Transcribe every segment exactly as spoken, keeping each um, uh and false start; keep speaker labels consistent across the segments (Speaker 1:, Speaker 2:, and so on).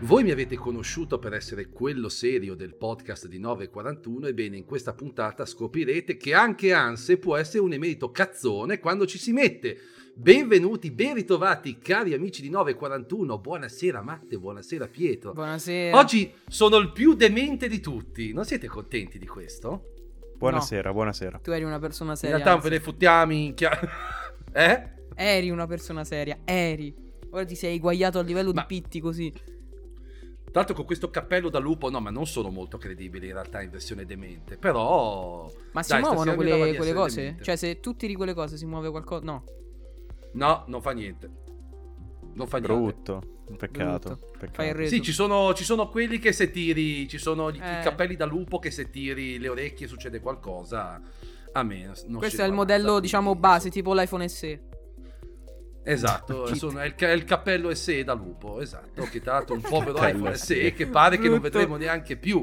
Speaker 1: Voi mi avete conosciuto per essere quello serio del podcast di nove e quarantuno, ebbene in questa puntata scoprirete che anche Anse può essere un emerito cazzone quando ci si mette. Benvenuti, ben ritrovati cari amici di nove e quarantuno, buonasera Matte, buonasera Pietro.
Speaker 2: Buonasera.
Speaker 1: Oggi sono il più demente di tutti, non siete contenti di questo?
Speaker 3: Buonasera,
Speaker 2: No.
Speaker 3: buonasera.
Speaker 2: Tu eri una persona
Speaker 1: In
Speaker 2: seria.
Speaker 1: realtà non ve ne fottiamo, minchia. Eh?
Speaker 2: Eri una persona seria, eri. Ora ti sei eguagliato a livello
Speaker 1: Ma-
Speaker 2: di Pitti così.
Speaker 1: Tra l'altro con questo cappello da lupo, no, ma non sono molto credibili in realtà in versione demente, però...
Speaker 2: Ma si
Speaker 1: dai,
Speaker 2: muovono
Speaker 1: stasera mi dava
Speaker 2: quelle,
Speaker 1: di
Speaker 2: quelle
Speaker 1: essere
Speaker 2: cose?
Speaker 1: demente.
Speaker 2: Cioè, se tu tiri quelle cose si muove qualcosa? No.
Speaker 1: No, non fa niente. Non fa niente.
Speaker 3: Brutto, un peccato.
Speaker 2: Brutto.
Speaker 3: peccato.
Speaker 2: Fai il re-
Speaker 1: Sì, ci sono, ci sono quelli che se tiri, ci sono gli-
Speaker 2: Eh.
Speaker 1: i cappelli da lupo che se tiri le orecchie succede qualcosa. A me non
Speaker 2: Questo
Speaker 1: si
Speaker 2: è il
Speaker 1: guarda,
Speaker 2: modello,
Speaker 1: quindi-
Speaker 2: diciamo, base, tipo l'iPhone S E.
Speaker 1: Esatto, sono- è, il, ca- è il cappello S E da lupo, esatto. Che tra l'altro un povero
Speaker 3: Cappello
Speaker 1: iPhone
Speaker 3: S E.
Speaker 1: S E che pare che non
Speaker 2: Brutto.
Speaker 1: vedremo neanche più.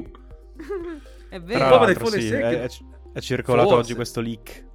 Speaker 2: È
Speaker 3: Tra
Speaker 2: vero.
Speaker 1: povero
Speaker 3: l'altro,
Speaker 1: iPhone
Speaker 3: sì,
Speaker 1: S E
Speaker 3: è,
Speaker 1: che-
Speaker 3: è- è circolato
Speaker 1: Forse.
Speaker 3: oggi questo leak.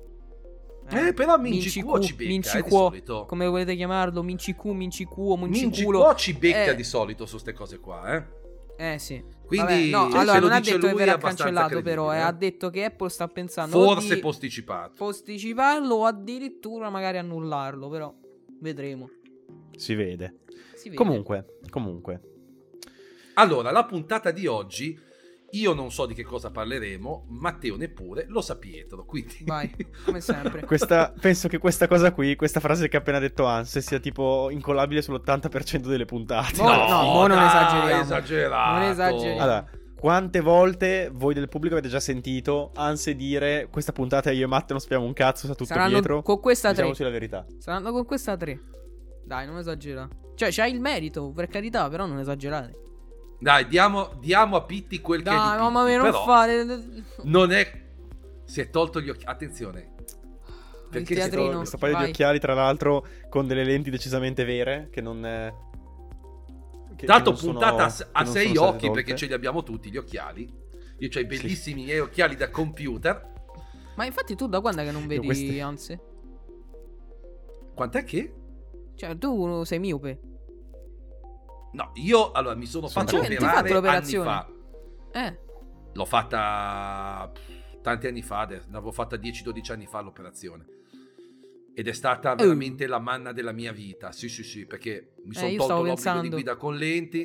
Speaker 1: Eh, però Mincicuo ci becca, eh, di
Speaker 2: Mincicuo,
Speaker 1: solito.
Speaker 2: come volete chiamarlo, Mincicu, Mincicuo, Minciculo.
Speaker 1: Mincicuo ci becca
Speaker 2: Eh.
Speaker 1: di solito su ste cose qua, eh.
Speaker 2: Eh sì.
Speaker 1: Quindi,
Speaker 2: Vabbè, no,
Speaker 1: se
Speaker 2: allora
Speaker 1: lo
Speaker 2: non ha
Speaker 1: dice
Speaker 2: detto che
Speaker 1: lui,
Speaker 2: verrà
Speaker 1: è abbastanza
Speaker 2: cancellato, però eh,
Speaker 1: credibile,
Speaker 2: ha
Speaker 1: eh.
Speaker 2: detto che Apple sta pensando o
Speaker 1: Forse
Speaker 2: di
Speaker 1: posticipato.
Speaker 2: posticiparlo o addirittura magari annullarlo, però vedremo.
Speaker 3: Si vede.
Speaker 2: Si vede.
Speaker 3: Comunque, comunque.
Speaker 1: Allora, la puntata di oggi, io non so di che cosa parleremo, Matteo neppure, lo sa Pietro, quindi...
Speaker 2: Vai, come sempre.
Speaker 3: Questa, penso che questa cosa qui, questa frase che ha appena detto Anse, sia tipo incollabile sull'ottanta per cento delle puntate.
Speaker 2: No, no, mo non
Speaker 1: dai,
Speaker 2: esageriamo.
Speaker 1: esagerato.
Speaker 2: Non esageriamo.
Speaker 3: Allora, quante volte voi del pubblico avete già sentito Anse dire questa puntata io e Matte non sappiamo un cazzo, sta tutto
Speaker 2: Saranno
Speaker 3: dietro?
Speaker 2: con questa tre.
Speaker 3: Diciamoci la verità.
Speaker 2: Saranno con questa tre. Dai, non esagera. Cioè, c'hai il merito, per carità, però non esagerate.
Speaker 1: Dai, diamo, diamo a Pitti quel che è di
Speaker 2: Dai,
Speaker 1: Pitti,
Speaker 2: mamma mia, non
Speaker 1: però
Speaker 2: fare.
Speaker 1: non è... Si è tolto gli occhi... Attenzione. Perché
Speaker 2: Il
Speaker 1: si è
Speaker 2: teatrino.
Speaker 1: tolto-
Speaker 3: Questo paio
Speaker 2: vai.
Speaker 3: di occhiali, tra l'altro, con delle lenti decisamente vere, che non... È... che-
Speaker 1: Tanto
Speaker 3: che non sono-
Speaker 1: puntata a, s- a
Speaker 3: che non
Speaker 1: sei
Speaker 3: sono state
Speaker 1: occhi
Speaker 3: tolte.
Speaker 1: perché ce li abbiamo tutti gli occhiali. Io ho i bellissimi miei occhiali da computer.
Speaker 2: Ma infatti tu da quando è che non vedi,
Speaker 3: questi-
Speaker 2: anzi?
Speaker 1: Quant'è che?
Speaker 2: Cioè, tu sei miope.
Speaker 1: No, io allora mi sono
Speaker 3: Sono
Speaker 1: fatto
Speaker 3: d'accordo.
Speaker 2: Ti hai fatto
Speaker 1: operare anni
Speaker 2: l'operazione?
Speaker 1: fa.
Speaker 2: Eh.
Speaker 1: L'ho fatta pff, tanti anni fa, adesso, l'avevo fatta dieci dodici anni fa l'operazione. Ed è stata veramente la manna della mia vita. Sì, sì, sì, perché mi
Speaker 2: Eh,
Speaker 1: sono
Speaker 2: io
Speaker 1: tolto
Speaker 2: stavo
Speaker 1: l'obbligo di
Speaker 2: pensando.
Speaker 1: guida con lenti.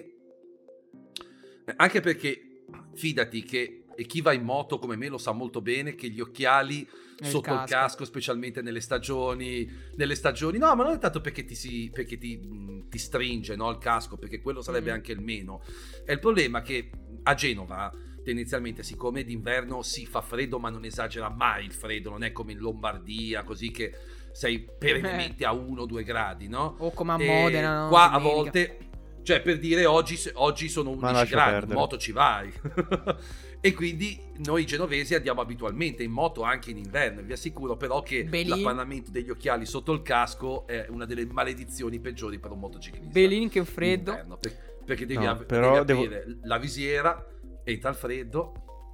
Speaker 1: Eh, Anche perché, fidati che e chi va in moto come me lo sa molto bene che gli occhiali
Speaker 2: E il
Speaker 1: sotto il
Speaker 2: casco.
Speaker 1: casco, specialmente nelle stagioni, nelle stagioni, no, ma non è tanto perché ti, si, perché ti, mh, ti stringe, no, il casco, perché quello sarebbe
Speaker 2: Mm.
Speaker 1: anche il meno. È il problema che a Genova, tendenzialmente, siccome d'inverno si fa freddo, ma non esagera mai il freddo, non è come in Lombardia, così che sei perennemente a uno o due gradi, no?
Speaker 2: O come a
Speaker 1: E
Speaker 2: Modena, no?
Speaker 1: qua a
Speaker 2: Domenica.
Speaker 1: volte, cioè per dire oggi, oggi sono
Speaker 3: Ma
Speaker 1: undici
Speaker 3: lascia
Speaker 1: gradi, in
Speaker 3: perdere.
Speaker 1: moto ci vai. E quindi noi genovesi andiamo abitualmente in moto anche in inverno. Vi assicuro però che
Speaker 2: Belin.
Speaker 1: l'appannamento degli occhiali sotto il casco è una delle maledizioni peggiori per un motociclista.
Speaker 2: Belin che
Speaker 1: in
Speaker 2: freddo.
Speaker 1: inverno, per- perché devi,
Speaker 3: No,
Speaker 1: av-
Speaker 3: però
Speaker 1: devi
Speaker 3: devo-
Speaker 1: avere la visiera, entra il freddo.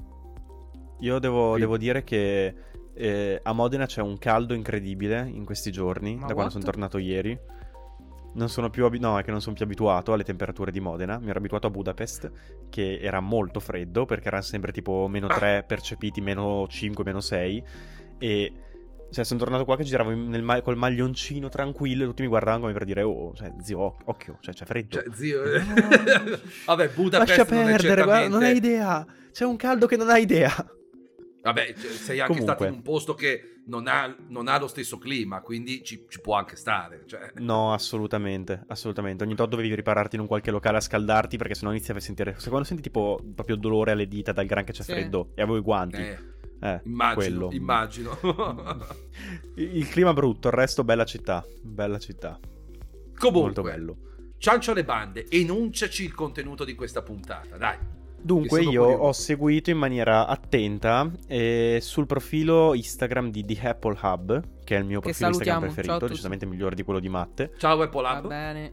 Speaker 3: Io devo,
Speaker 1: Sì.
Speaker 3: devo dire che eh, a Modena c'è un caldo incredibile in questi giorni,
Speaker 2: Ma
Speaker 3: da
Speaker 2: what?
Speaker 3: quando sono tornato ieri. Non sono più abi- no, è che non sono più abituato alle temperature di Modena. Mi ero abituato a Budapest, che era molto freddo, perché erano sempre tipo meno tre percepiti, meno cinque, meno sei. E cioè, sono tornato qua che giravo in- nel ma- col maglioncino tranquillo e tutti mi guardavano come per dire, oh, cioè, zio, oc- occhio, cioè, c'è freddo.
Speaker 1: Cioè, zio,
Speaker 3: No.
Speaker 1: vabbè, Budapest
Speaker 3: Lascia
Speaker 1: non è
Speaker 3: perdere, guarda, non hai
Speaker 1: certamente-
Speaker 3: idea. C'è un caldo che non hai idea.
Speaker 1: Vabbè, cioè, sei anche
Speaker 3: Comunque.
Speaker 1: stato in un posto che non ha, non ha lo stesso clima, quindi ci, ci può anche stare. Cioè.
Speaker 3: No, assolutamente, assolutamente. Ogni tanto dovevi ripararti in un qualche locale a scaldarti perché sennò iniziavi a sentire... Se quando senti tipo proprio dolore alle dita dal gran che c'è
Speaker 2: Sì.
Speaker 3: freddo e avevo i guanti.
Speaker 1: Eh,
Speaker 3: Eh,
Speaker 1: immagino,
Speaker 3: quello.
Speaker 1: immagino.
Speaker 3: Il il clima brutto, il resto bella città, bella città.
Speaker 1: Comunque,
Speaker 3: Molto bello.
Speaker 1: ciancio alle bande, enunciaci il contenuto di questa puntata, dai.
Speaker 3: Dunque
Speaker 1: Che sono
Speaker 3: io
Speaker 1: curioso.
Speaker 3: ho seguito in maniera attenta eh, sul profilo Instagram di The Apple Hub, che è il mio
Speaker 2: Che
Speaker 3: profilo Instagram
Speaker 2: salutiamo, ciao a
Speaker 3: preferito,
Speaker 2: tutti.
Speaker 3: decisamente migliore di quello di Matte.
Speaker 1: Ciao Apple
Speaker 2: Va
Speaker 1: Hub.
Speaker 2: bene.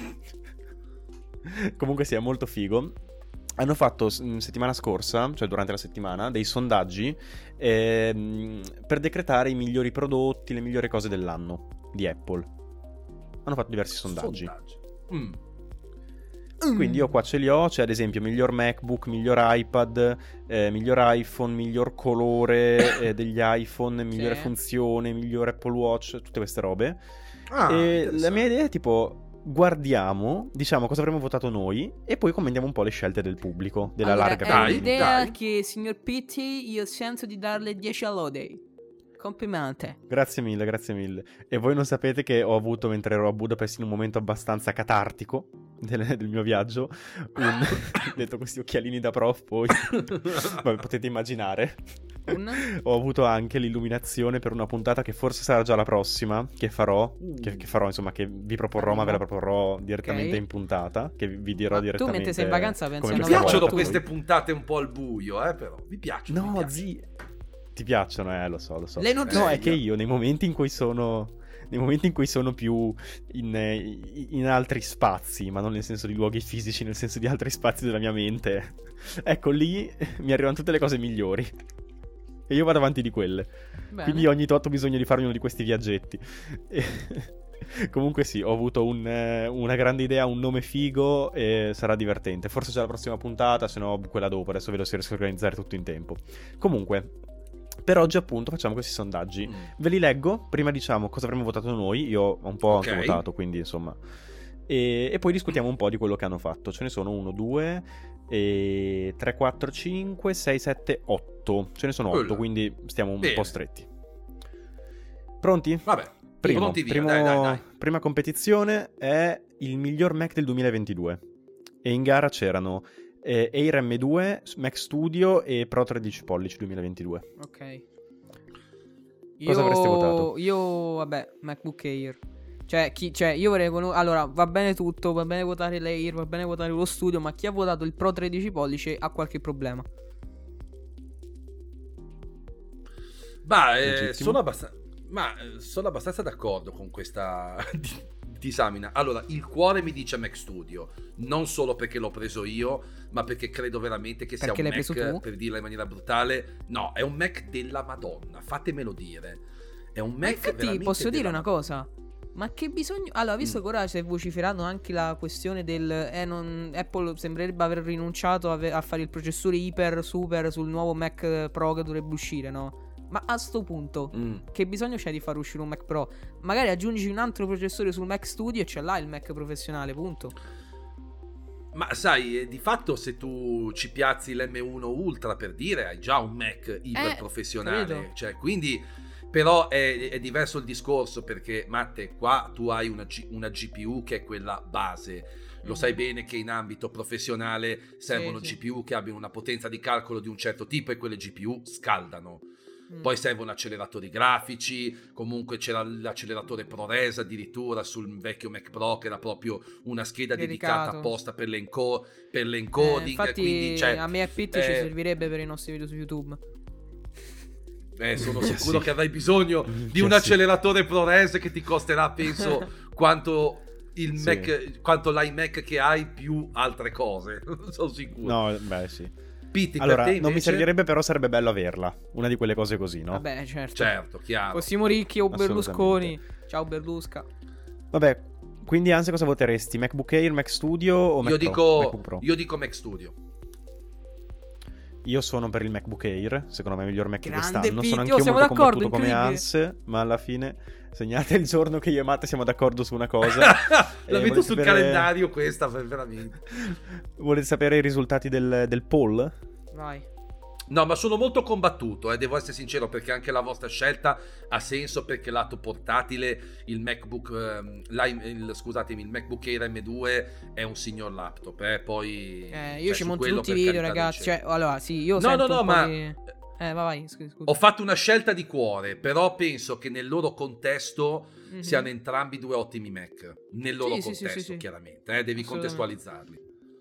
Speaker 3: Comunque sì, è molto figo. Hanno fatto s- settimana scorsa, cioè durante la settimana, dei sondaggi ehm, per decretare i migliori prodotti, le migliori cose dell'anno di Apple. Hanno fatto diversi sondaggi.
Speaker 1: Sondaggi. Mm.
Speaker 3: Quindi io qua ce li ho, c'è ad esempio miglior MacBook, miglior iPad, eh, miglior iPhone, miglior colore eh, degli iPhone, migliore
Speaker 2: Sì.
Speaker 3: funzione, miglior Apple Watch, tutte queste robe.
Speaker 1: Ah,
Speaker 3: E la
Speaker 1: interessante.
Speaker 3: mia idea è tipo, guardiamo, diciamo cosa avremmo votato noi e poi commentiamo un po' le scelte del pubblico, della
Speaker 2: Allora,
Speaker 3: larga
Speaker 2: è
Speaker 1: Dai,
Speaker 3: community.
Speaker 2: un'idea
Speaker 1: dai.
Speaker 2: che, signor Pitti, io sento di darle dieci all'ode. Complimenti.
Speaker 3: Grazie mille, grazie mille. E voi non sapete che ho avuto, mentre ero a Budapest, in un momento abbastanza catartico del, del mio viaggio, un... detto questi occhialini da prof, poi... Vabbè, potete immaginare.
Speaker 2: Un?
Speaker 3: Ho avuto anche l'illuminazione per una puntata che forse sarà già la prossima, che farò,
Speaker 1: Uh.
Speaker 3: che, che farò, insomma, che vi proporrò, ma ve la proporrò direttamente
Speaker 2: Ok.
Speaker 3: in puntata, che vi, vi dirò
Speaker 2: Ma tu
Speaker 3: direttamente.
Speaker 2: mentre sei in vacanza pensi
Speaker 3: come
Speaker 2: a
Speaker 1: Mi
Speaker 2: una
Speaker 3: questa
Speaker 1: piacciono
Speaker 3: volta.
Speaker 1: queste puntate un po' al buio, eh, però. Mi piacciono. mi
Speaker 3: No,
Speaker 1: piacciono.
Speaker 3: zi... Ti piacciono, eh, lo so, lo so.
Speaker 2: Le notizie.
Speaker 3: No, è che io nei momenti in cui sono... Nei momenti in cui sono più in, eh, in altri spazi, ma non nel senso di luoghi fisici, nel senso di altri spazi della mia mente, ecco lì mi arrivano tutte le cose migliori. E io vado avanti di quelle.
Speaker 2: Bene.
Speaker 3: Quindi ogni tot ho bisogno di farmi uno di questi viaggetti. E... Comunque sì, ho avuto un, eh, una grande idea, un nome figo e sarà divertente. Forse c'è la prossima puntata, se no quella dopo. Adesso vedo se riesco a organizzare tutto in tempo. Comunque, per oggi appunto facciamo questi sondaggi.
Speaker 1: Mm.
Speaker 3: Ve li leggo, prima diciamo cosa avremmo votato noi. Io ho un po'
Speaker 1: Ok.
Speaker 3: anche votato, quindi insomma. E, e poi discutiamo un po' di quello che hanno fatto. Ce ne sono uno, due, e tre, quattro, cinque, sei, sette, otto. Ce ne sono otto,
Speaker 1: Quello.
Speaker 3: quindi stiamo un
Speaker 1: Bene.
Speaker 3: po' stretti. Pronti?
Speaker 1: Vabbè,
Speaker 3: Primo,
Speaker 1: pronti via,
Speaker 3: primo-
Speaker 1: dai, dai, dai.
Speaker 3: Prima competizione è il miglior Mac del duemilaventidue. E in gara c'erano eh, Air M due, Mac Studio e Pro tredici pollici duemilaventidue.
Speaker 2: Ok.
Speaker 3: Cosa
Speaker 2: Io-
Speaker 3: avreste votato?
Speaker 2: Io, vabbè, MacBook Air. Cioè, chi, cioè, io vorrei cono- Allora, va bene tutto, va bene votare l'Air, va bene votare lo Studio, ma chi ha votato il Pro tredici pollice ha qualche problema.
Speaker 1: Ma eh,
Speaker 3: Legittimo.
Speaker 1: sono, abbast- ma eh, sono abbastanza d'accordo con questa di- disamina. Allora, il cuore mi dice Mac Studio, non solo perché l'ho preso io, ma perché credo veramente che sia
Speaker 2: Perché
Speaker 1: un
Speaker 2: l'hai
Speaker 1: Mac,
Speaker 2: preso tu?
Speaker 1: per dirla in maniera brutale, no, è un Mac della Madonna, fatemelo dire. È un
Speaker 2: Ma
Speaker 1: Mac
Speaker 2: infatti
Speaker 1: veramente
Speaker 2: posso dire
Speaker 1: della
Speaker 2: una
Speaker 1: Madonna.
Speaker 2: cosa? Ma che bisogno... Allora, visto
Speaker 1: Mm.
Speaker 2: che ora si è vociferato anche la questione del... Eh, non... Apple sembrerebbe aver rinunciato a, ve- a fare il processore iper super sul nuovo Mac Pro che dovrebbe uscire, no? Ma a sto punto,
Speaker 1: Mm.
Speaker 2: che bisogno c'è di far uscire un Mac Pro? Magari aggiungi un altro processore sul Mac Studio e ce l'hai il Mac professionale, punto.
Speaker 1: Ma sai, eh, di fatto se tu ci piazzi l'M uno Ultra, per dire, hai già un Mac iper
Speaker 2: Eh,
Speaker 1: professionale,
Speaker 2: credo.
Speaker 1: cioè, quindi però è, è diverso il discorso, perché Matte, qua tu hai una, G- una G P U che è quella base. Lo
Speaker 2: Mm.
Speaker 1: sai bene che in ambito professionale servono
Speaker 2: Sì, sì.
Speaker 1: G P U che abbiano una potenza di calcolo di un certo tipo e quelle G P U scaldano.
Speaker 2: Mm.
Speaker 1: Poi servono acceleratori grafici, comunque c'era l'acceleratore ProRes addirittura sul vecchio Mac Pro che era proprio una scheda dedicata
Speaker 2: Dedicato.
Speaker 1: apposta per, l'enco- per
Speaker 2: Eh,
Speaker 1: l'encoding.
Speaker 2: infatti
Speaker 1: quindi, cioè,
Speaker 2: a me e a Pitti ci
Speaker 1: eh,
Speaker 2: servirebbe per i nostri video su YouTube.
Speaker 1: eh, sono
Speaker 3: Minchia,
Speaker 1: sicuro
Speaker 3: sì.
Speaker 1: che avrai bisogno
Speaker 3: Minchia,
Speaker 1: di un
Speaker 3: sì.
Speaker 1: acceleratore ProRes che ti costerà, penso, quanto il
Speaker 3: Sì.
Speaker 1: Mac, quanto l'iMac che hai più altre cose. Sono sicuro.
Speaker 3: No, beh sì.
Speaker 1: Pitti,
Speaker 3: Allora,
Speaker 1: per te
Speaker 3: non mi
Speaker 1: invece?
Speaker 3: servirebbe, però sarebbe bello averla. Una di quelle cose così, no?
Speaker 2: Vabbè, certo.
Speaker 1: Certo, chiaro.
Speaker 2: Fossimo ricchi o
Speaker 3: Assolutamente.
Speaker 2: Berlusconi. Ciao Berlusca.
Speaker 3: Vabbè, quindi Anse cosa voteresti? MacBook Air, Mac Studio o Mac
Speaker 1: Io
Speaker 3: Pro?
Speaker 1: dico,
Speaker 3: MacBook Pro.
Speaker 1: io dico Mac Studio.
Speaker 3: Io sono per il MacBook Air, secondo me è il miglior Mac di
Speaker 2: Grande
Speaker 3: quest'anno.
Speaker 2: Pitti,
Speaker 3: Sono
Speaker 2: oh,
Speaker 3: anch'io
Speaker 2: siamo
Speaker 3: molto
Speaker 2: d'accordo,
Speaker 3: combattuto come
Speaker 2: incredibile.
Speaker 3: Hans, ma alla fine segnate il giorno che io e Matte siamo d'accordo su una cosa.
Speaker 1: La
Speaker 3: Eh,
Speaker 1: metto
Speaker 3: volete
Speaker 1: sul
Speaker 3: sapere-
Speaker 1: calendario questa, ver- veramente.
Speaker 3: Volete sapere i risultati del, del poll?
Speaker 2: Vai.
Speaker 1: No, ma sono molto combattuto, eh, devo essere sincero, perché anche la vostra scelta ha senso, perché lato portatile il MacBook, ehm, l'i- il, scusatemi, il MacBook Air M due è un signor laptop, eh, poi...
Speaker 2: Eh, io
Speaker 1: cioè,
Speaker 2: ci
Speaker 1: su
Speaker 2: monto
Speaker 1: quello,
Speaker 2: tutti i
Speaker 1: per
Speaker 2: video,
Speaker 1: carità del
Speaker 2: ragazzi.
Speaker 1: cielo.
Speaker 2: Cioè, allora, sì, io
Speaker 1: No,
Speaker 2: sento
Speaker 1: no, no,
Speaker 2: un po'
Speaker 1: ma-
Speaker 2: di... Eh, vai, vai, scusa, scusa.
Speaker 1: Ho fatto una scelta di cuore, però penso che nel loro contesto
Speaker 2: Mhm.
Speaker 1: siano entrambi due ottimi Mac, nel loro
Speaker 2: Sì, sì, sì,
Speaker 1: contesto,
Speaker 2: sì, sì.
Speaker 1: chiaramente, eh, devi
Speaker 2: Assolutamente.
Speaker 1: contestualizzarli.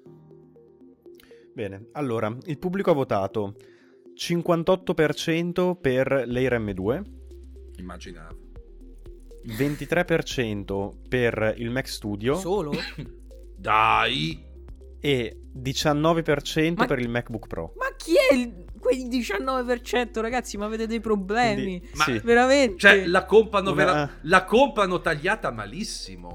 Speaker 3: Bene, allora, il pubblico ha votato cinquantotto per cento per l'Air M due,
Speaker 1: Immaginavo.
Speaker 3: ventitré per cento per il Mac Studio
Speaker 2: Solo?
Speaker 1: Dai!
Speaker 3: e diciannove per cento
Speaker 2: Ma-
Speaker 3: per il MacBook Pro.
Speaker 2: Ma chi è il... quel diciannove per cento, ragazzi? Ma avete dei problemi?
Speaker 3: Quindi,
Speaker 1: Ma-
Speaker 3: sì.
Speaker 2: Veramente?
Speaker 1: Cioè, la comprano,
Speaker 3: Una-
Speaker 1: vera- la comprano tagliata malissimo.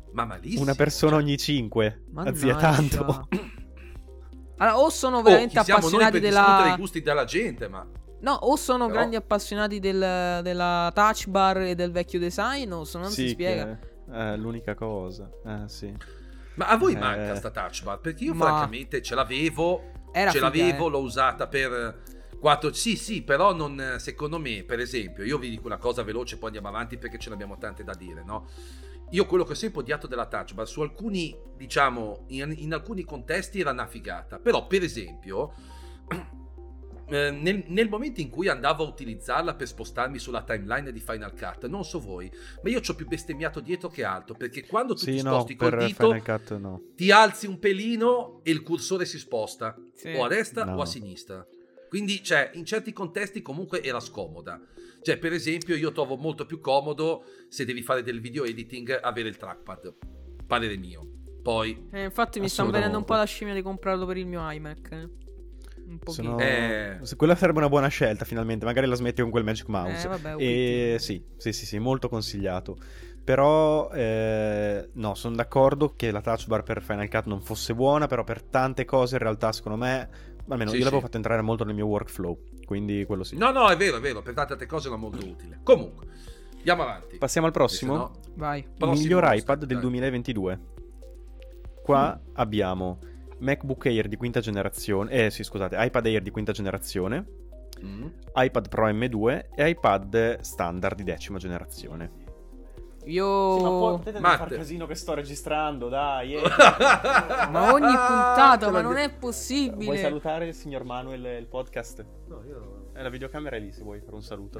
Speaker 1: Ma malissimo.
Speaker 3: Una persona
Speaker 1: cioè.
Speaker 3: ogni cinque.
Speaker 2: Mannaggia.
Speaker 3: Zia tanto.
Speaker 2: Allora, o sono veramente
Speaker 1: oh, chi siamo noi
Speaker 2: appassionati
Speaker 1: per
Speaker 2: della...
Speaker 1: discutere i gusti della gente, ma...
Speaker 2: No, o sono
Speaker 1: Però...
Speaker 2: grandi appassionati del, della touch bar e del vecchio design, o se no non
Speaker 3: sì,
Speaker 2: si spiega.
Speaker 3: È l'unica cosa. Eh, sì.
Speaker 1: Ma a voi
Speaker 3: Eh...
Speaker 1: manca sta touch bar? Perché io
Speaker 2: Ma...
Speaker 1: francamente ce l'avevo,
Speaker 2: Era
Speaker 1: ce
Speaker 2: figa,
Speaker 1: l'avevo,
Speaker 2: eh.
Speaker 1: l'ho usata per quattro... Sì, sì, però non, secondo me, per esempio, io vi dico una cosa veloce, poi andiamo avanti perché ce ne abbiamo tante da dire, no? Io quello che ho sempre odiato della touch bar, su alcuni, diciamo, in, in alcuni contesti era una figata, però per esempio... Eh, nel, nel momento in cui andavo a utilizzarla per spostarmi sulla timeline di Final Cut, non so voi, ma io ci ho più bestemmiato dietro che altro, perché quando tu
Speaker 3: sì,
Speaker 1: ti
Speaker 3: no,
Speaker 1: sposti col
Speaker 3: per
Speaker 1: dito
Speaker 3: Final Cut, no.
Speaker 1: ti alzi un pelino e il cursore si sposta
Speaker 2: Sì.
Speaker 1: o a destra
Speaker 3: No.
Speaker 1: o a sinistra, quindi cioè in certi contesti comunque era scomoda. Cioè per esempio io trovo molto più comodo, se devi fare del video editing, avere il trackpad, parere mio. Poi
Speaker 2: Eh, infatti mi sta
Speaker 3: Assolutamente.
Speaker 2: venendo un po' la scimmia di comprarlo per il mio iMac. eh. Un pochino.
Speaker 3: Sono...
Speaker 1: Eh.
Speaker 3: se- Quella sarebbe una buona scelta finalmente. Magari la smetti con quel Magic Mouse.
Speaker 2: Eh, vabbè,
Speaker 3: e sì, sì, sì, sì, molto consigliato. Però eh, no, sono d'accordo che la touch bar per Final Cut non fosse buona. Però per tante cose in realtà secondo me, almeno
Speaker 1: Sì,
Speaker 3: io l'avevo
Speaker 1: sì.
Speaker 3: fatto entrare molto nel mio workflow. Quindi quello sì.
Speaker 1: no no è vero è vero, per tante altre cose era molto utile. Comunque andiamo avanti.
Speaker 3: Passiamo al prossimo.
Speaker 1: Se no-
Speaker 2: Vai.
Speaker 3: Il
Speaker 1: prossimo
Speaker 3: miglior
Speaker 1: mostro,
Speaker 3: iPad del
Speaker 1: dai.
Speaker 3: duemilaventidue. Qua abbiamo MacBook Air di quinta generazione. Eh sì, scusate, iPad Air di quinta generazione,
Speaker 1: Mm.
Speaker 3: iPad Pro M due e iPad standard di decima generazione.
Speaker 2: Io.
Speaker 3: potete
Speaker 1: non far
Speaker 3: casino che sto registrando, dai.
Speaker 2: Ma ogni puntata,
Speaker 1: Te lo
Speaker 2: ma non
Speaker 1: dico.
Speaker 2: è possibile.
Speaker 3: Vuoi salutare il signor Manuel il podcast?
Speaker 1: No, io...
Speaker 3: Eh, la videocamera è lì se vuoi fare un saluto.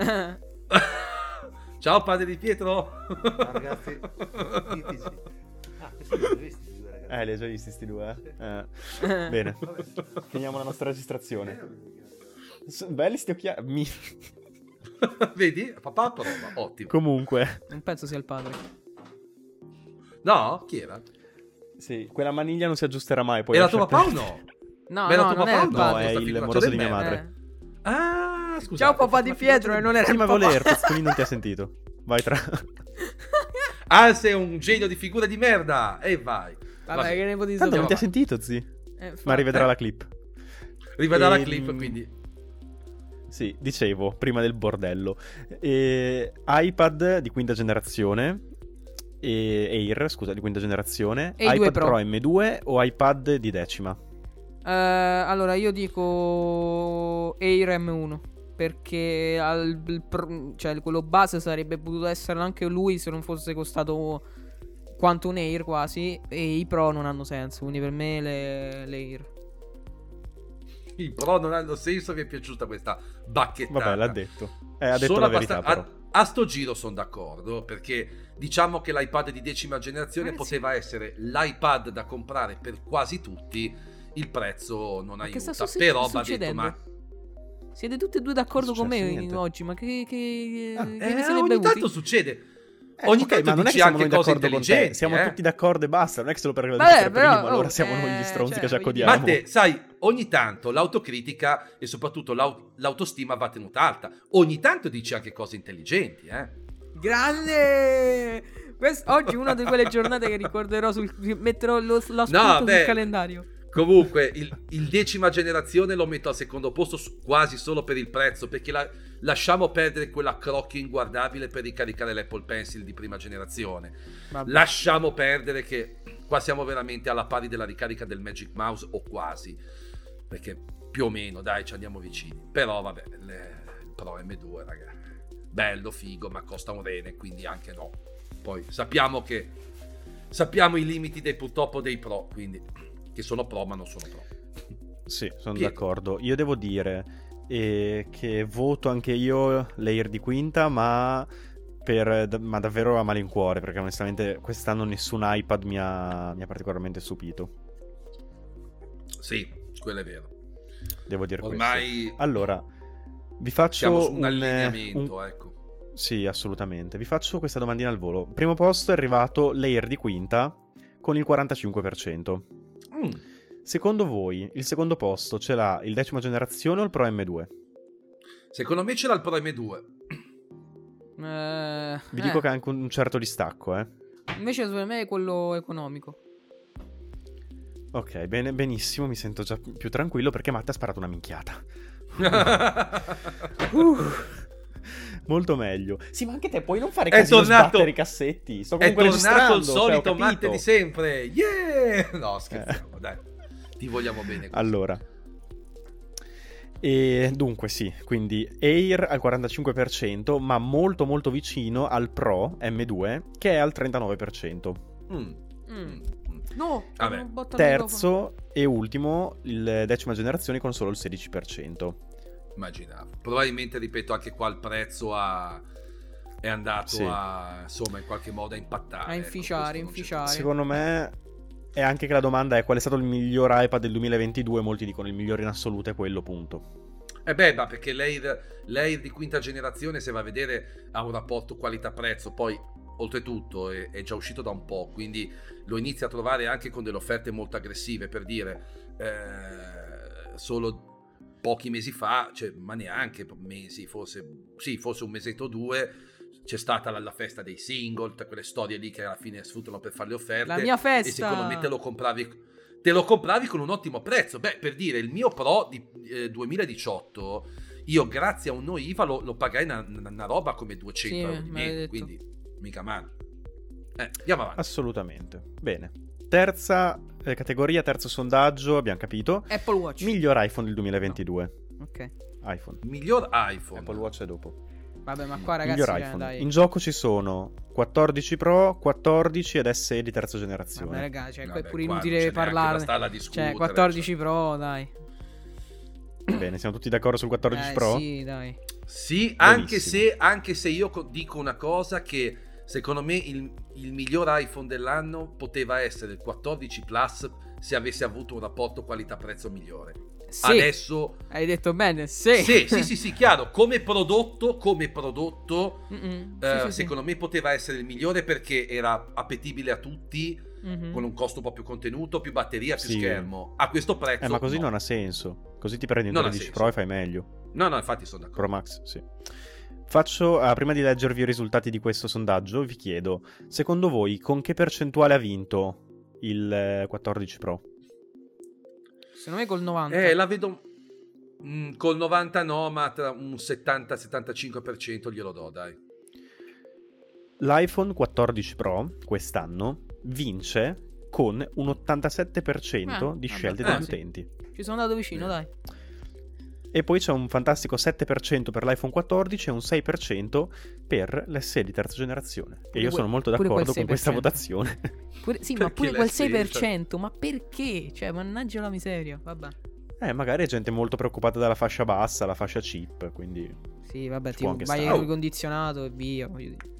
Speaker 1: Ciao padre di Pietro.
Speaker 4: Ciao, ragazzi. Tipici. Ah, questi li ho visti, questi due, ragazzi.
Speaker 3: Eh, li hai già visti sti due, eh? Eh. Bene, finiamo la nostra registrazione. S- Belli sti occhiali. Mi...
Speaker 1: Vedi? Papà prova, ottimo.
Speaker 3: Comunque,
Speaker 2: Non penso sia il padre.
Speaker 1: No? Chi era?
Speaker 3: sì, quella maniglia non si aggiusterà mai. Poi
Speaker 1: Era tuo
Speaker 3: lascia
Speaker 1: papà o
Speaker 3: perdere.
Speaker 1: no?
Speaker 2: No,
Speaker 1: Ma era
Speaker 2: no,
Speaker 1: tuo
Speaker 2: non
Speaker 1: papà
Speaker 2: è
Speaker 1: o
Speaker 2: il
Speaker 1: no?
Speaker 3: No,
Speaker 2: padre.
Speaker 3: è
Speaker 1: Sta
Speaker 3: il
Speaker 1: figuraccia
Speaker 3: moroso
Speaker 1: del
Speaker 3: di mia
Speaker 1: merda.
Speaker 3: madre.
Speaker 2: Eh.
Speaker 1: Ah, scusa.
Speaker 2: Ciao papà di Pietro, e non era
Speaker 3: Sì,
Speaker 2: il
Speaker 3: ma
Speaker 2: papà.
Speaker 3: voler, Tozzolini non ti ha sentito. Vai tra...
Speaker 1: Ah, sei un genio di figura di merda. E vai.
Speaker 2: Vabbè,
Speaker 1: Vabbè.
Speaker 2: che ne potete
Speaker 3: Tanto non ti ha
Speaker 1: avanti.
Speaker 3: sentito, zi.
Speaker 2: Eh,
Speaker 3: Ma rivedrà
Speaker 1: Eh?
Speaker 3: la clip.
Speaker 1: Rivedrà la
Speaker 3: Ehm,
Speaker 1: clip, quindi.
Speaker 3: Sì, dicevo, prima del bordello. E... iPad di quinta generazione. E Air, scusa, di quinta generazione.
Speaker 2: E i due
Speaker 3: iPad
Speaker 2: Pro.
Speaker 3: Pro M due o iPad di decima?
Speaker 2: Eh, allora io dico Air M uno. Perché al, il pro- cioè, quello base sarebbe potuto essere anche lui se non fosse costato quanto un Air quasi. E i Pro non hanno senso. Quindi per me le, le Air.
Speaker 1: I Pro non hanno senso, mi è piaciuta questa bacchettata.
Speaker 3: Vabbè, l'ha detto. Eh, ha detto
Speaker 1: Sono
Speaker 3: la verità,
Speaker 1: abbastan-
Speaker 3: però.
Speaker 1: a, a sto giro sono d'accordo, perché diciamo che l'iPad di decima generazione
Speaker 2: Ragazzi.
Speaker 1: poteva essere l'iPad da comprare per quasi tutti, il prezzo non
Speaker 2: Ma che
Speaker 1: aiuta,
Speaker 2: sta su-
Speaker 1: però va detto,
Speaker 2: succedendo?
Speaker 1: ma
Speaker 2: Siete tutti e due d'accordo
Speaker 3: Non è
Speaker 2: con me
Speaker 3: successo niente.
Speaker 2: oggi. Ma che, che,
Speaker 3: Ah,
Speaker 2: che
Speaker 1: eh,
Speaker 2: vi siete
Speaker 1: ogni
Speaker 2: bevuti?
Speaker 1: tanto succede.
Speaker 3: Eh,
Speaker 1: Ogni
Speaker 3: ok,
Speaker 1: tanto
Speaker 3: ma non è che
Speaker 1: dici
Speaker 3: siamo
Speaker 1: anche
Speaker 3: noi
Speaker 1: cose
Speaker 3: d'accordo con te.
Speaker 1: intelligenti,
Speaker 3: Siamo
Speaker 1: eh.
Speaker 3: tutti d'accordo e basta. Non è che solo perché lo
Speaker 2: Vabbè,
Speaker 3: dici per
Speaker 2: però,
Speaker 3: primo, allora
Speaker 2: oh,
Speaker 3: siamo noi
Speaker 2: eh,
Speaker 3: gli stronzi
Speaker 2: cioè,
Speaker 3: che ci
Speaker 2: voglio dire-
Speaker 3: accodiamo.
Speaker 1: Ma te, sai, ogni tanto l'autocritica e soprattutto l'au- l'autostima va tenuta alta. Ogni tanto dici anche cose intelligenti, eh.
Speaker 2: Grande! Quest- oggi è una di quelle giornate che ricorderò sul, metterò lo, lo spunto
Speaker 1: No,
Speaker 2: sul
Speaker 1: beh.
Speaker 2: calendario.
Speaker 1: Comunque, il, il decima generazione lo metto al secondo posto su- quasi solo per il prezzo, perché la- lasciamo perdere quella crocchio inguardabile per ricaricare l'Apple Pencil di prima generazione.
Speaker 2: Vabbè.
Speaker 1: Lasciamo perdere che qua siamo veramente alla pari della ricarica del Magic Mouse, o quasi, perché più o meno, dai, ci andiamo vicini. Però vabbè, le- il Pro M due, raga, bello, figo, ma costa un rene, quindi anche no. Poi sappiamo che sappiamo i limiti dei, purtroppo dei Pro, quindi che sono Pro ma non sono Pro.
Speaker 3: Sì, sono
Speaker 1: Pietro.
Speaker 3: d'accordo. Io devo dire eh, che voto anche io l'Air di quinta, ma, per, da- ma davvero a malincuore, perché onestamente quest'anno nessun iPad mi ha, mi ha particolarmente stupito.
Speaker 1: Sì, quello è vero.
Speaker 3: Devo dire
Speaker 1: Ormai
Speaker 3: questo. Allora, vi faccio
Speaker 1: siamo su un
Speaker 3: eh,
Speaker 1: allineamento,
Speaker 3: un-
Speaker 1: ecco.
Speaker 3: Sì, assolutamente. Vi faccio questa domandina al volo. Primo posto è arrivato l'Air di quinta con il quarantacinque per cento.
Speaker 1: Mm.
Speaker 3: Secondo voi, il secondo posto ce l'ha il decima generazione o il Pro M due?
Speaker 1: Secondo me c'era il Pro M due.
Speaker 2: Eh,
Speaker 3: Vi
Speaker 2: eh,
Speaker 3: dico che ha anche un certo distacco, eh.
Speaker 2: Invece secondo me è quello economico.
Speaker 3: Ok, bene, benissimo, mi sento già più tranquillo perché Matt ha sparato una minchiata. uh, molto meglio. Sì, ma anche te puoi non fare
Speaker 1: È
Speaker 3: casino
Speaker 1: tornato-
Speaker 3: sbattere i cassetti. Sto
Speaker 1: È
Speaker 3: comunque
Speaker 1: tornato il
Speaker 3: registrando, cioè, ho
Speaker 1: solito
Speaker 3: capito.
Speaker 1: Matte di sempre. Yeah! No, scherziamo, dai. Ti vogliamo bene così.
Speaker 3: Allora. E dunque sì, quindi Air al quarantacinque per cento, ma molto molto vicino al Pro M due che è al trentanove per cento.
Speaker 1: Mm.
Speaker 2: Mm.
Speaker 1: Mm.
Speaker 2: No,
Speaker 1: Vabbè.
Speaker 2: non botta al microfono.
Speaker 3: Terzo e ultimo il decima generazione con solo il sedici per cento.
Speaker 1: Immaginavo. Probabilmente, ripeto, anche qua il prezzo ha... è andato
Speaker 3: Sì.
Speaker 1: a, insomma, in qualche modo a impattare.
Speaker 2: A
Speaker 1: ecco,
Speaker 2: inficiare,
Speaker 1: questo non c'è
Speaker 2: inficiare.
Speaker 3: Secondo me è anche che la domanda è qual è stato il miglior iPad del duemilaventidue, molti dicono il migliore in assoluto è quello, punto.
Speaker 1: Eh beh, ma perché l'Air, l'Air di quinta generazione, se va a vedere, ha un rapporto qualità-prezzo, poi oltretutto è, è già uscito da un po', quindi lo inizia a trovare anche con delle offerte molto aggressive, per dire, eh, solo pochi mesi fa, cioè, ma neanche mesi, forse, sì, forse un mesetto o due, c'è stata la, la festa dei single, quelle storie lì che alla fine sfruttano per fare le offerte.
Speaker 2: La mia festa!
Speaker 1: E secondo me te lo compravi... Te lo compravi con un ottimo prezzo. Beh, per dire, il mio Pro di eh, duemiladiciotto, io grazie a un no I V A lo, lo pagai una, una roba come duecento
Speaker 2: Sì,
Speaker 1: euro di
Speaker 2: me l'hai
Speaker 1: meno,
Speaker 2: detto.
Speaker 1: quindi mica male. Eh, andiamo avanti.
Speaker 3: Assolutamente. Bene. Terza eh, categoria, terzo sondaggio, abbiamo capito.
Speaker 2: Apple Watch.
Speaker 3: Miglior iPhone del duemilaventidue.
Speaker 2: Ok.
Speaker 3: iPhone.
Speaker 1: Miglior iPhone.
Speaker 3: Apple Watch è dopo.
Speaker 2: Vabbè, ma qua ragazzi,
Speaker 3: Miglior
Speaker 2: eh,
Speaker 3: iPhone.
Speaker 2: dai.
Speaker 3: In gioco ci sono quattordici Pro, quattordici ed S E di terza
Speaker 2: Vabbè,
Speaker 3: generazione.
Speaker 2: raga, cioè, qua è
Speaker 1: Vabbè,
Speaker 2: pure
Speaker 1: qua non c'è
Speaker 2: inutile
Speaker 1: neanche da
Speaker 2: parlarne.
Speaker 1: starla a discutere,
Speaker 2: Cioè, quattordici
Speaker 1: cioè.
Speaker 2: Pro, dai.
Speaker 3: Bene, siamo tutti d'accordo sul quattordici
Speaker 2: Eh,
Speaker 3: Pro?
Speaker 2: sì, dai.
Speaker 1: Sì, anche
Speaker 3: Benissimo.
Speaker 1: se, anche se io co- dico una cosa che secondo me il, il miglior iPhone dell'anno poteva essere il quattordici Plus se avesse avuto un rapporto qualità-prezzo migliore.
Speaker 2: Sì.
Speaker 1: Adesso
Speaker 2: Hai detto bene, sì.
Speaker 1: sì, sì, sì, sì, chiaro, come prodotto, come prodotto
Speaker 2: Mm-mm.
Speaker 1: eh,
Speaker 2: Sì, sì, sì.
Speaker 1: secondo me poteva essere il migliore perché era appetibile a tutti,
Speaker 2: Mhm.
Speaker 1: con un costo un po' più contenuto, più batteria, più
Speaker 3: Sì.
Speaker 1: schermo. A questo prezzo
Speaker 3: Eh, ma così
Speaker 1: no.
Speaker 3: non ha senso. Così ti prendi un
Speaker 1: Non ha
Speaker 3: tredici
Speaker 1: senso.
Speaker 3: Pro e fai meglio.
Speaker 1: No, no, infatti sono d'accordo.
Speaker 3: Pro Max, sì. Faccio, ah, prima di leggervi i risultati di questo sondaggio, vi chiedo, secondo voi con che percentuale ha vinto il eh, quattordici Pro?
Speaker 2: Secondo me col novanta.
Speaker 1: Eh, la vedo mm, col novanta no, ma tra un settanta settantacinque per cento glielo do, dai.
Speaker 3: L'iPhone quattordici Pro quest'anno vince con un ottantasette per cento
Speaker 2: Eh,
Speaker 3: di
Speaker 2: vabbè,
Speaker 3: scelte
Speaker 1: eh,
Speaker 3: degli
Speaker 1: sì.
Speaker 3: utenti.
Speaker 2: Ci sono andato vicino,
Speaker 1: Eh.
Speaker 2: dai.
Speaker 3: E poi c'è un fantastico sette per cento per l'iPhone quattordici e un sei per cento per l'S E di terza generazione. E io
Speaker 2: quel-
Speaker 3: sono molto
Speaker 2: pure quel
Speaker 3: d'accordo con questa
Speaker 2: sei per cento.
Speaker 3: votazione.
Speaker 2: Pure- sì, ma
Speaker 1: Perché
Speaker 2: pure
Speaker 1: la
Speaker 2: quel
Speaker 1: sei,
Speaker 2: sei per cento. Ma perché? Cioè, mannaggia la miseria. Vabbè.
Speaker 3: Eh, magari è gente molto preoccupata dalla fascia bassa, la fascia chip, quindi...
Speaker 2: Sì, vabbè,
Speaker 3: Ci
Speaker 2: ti
Speaker 3: può anche
Speaker 2: vai
Speaker 3: stare.
Speaker 2: al ricondizionato e via. voglio dire.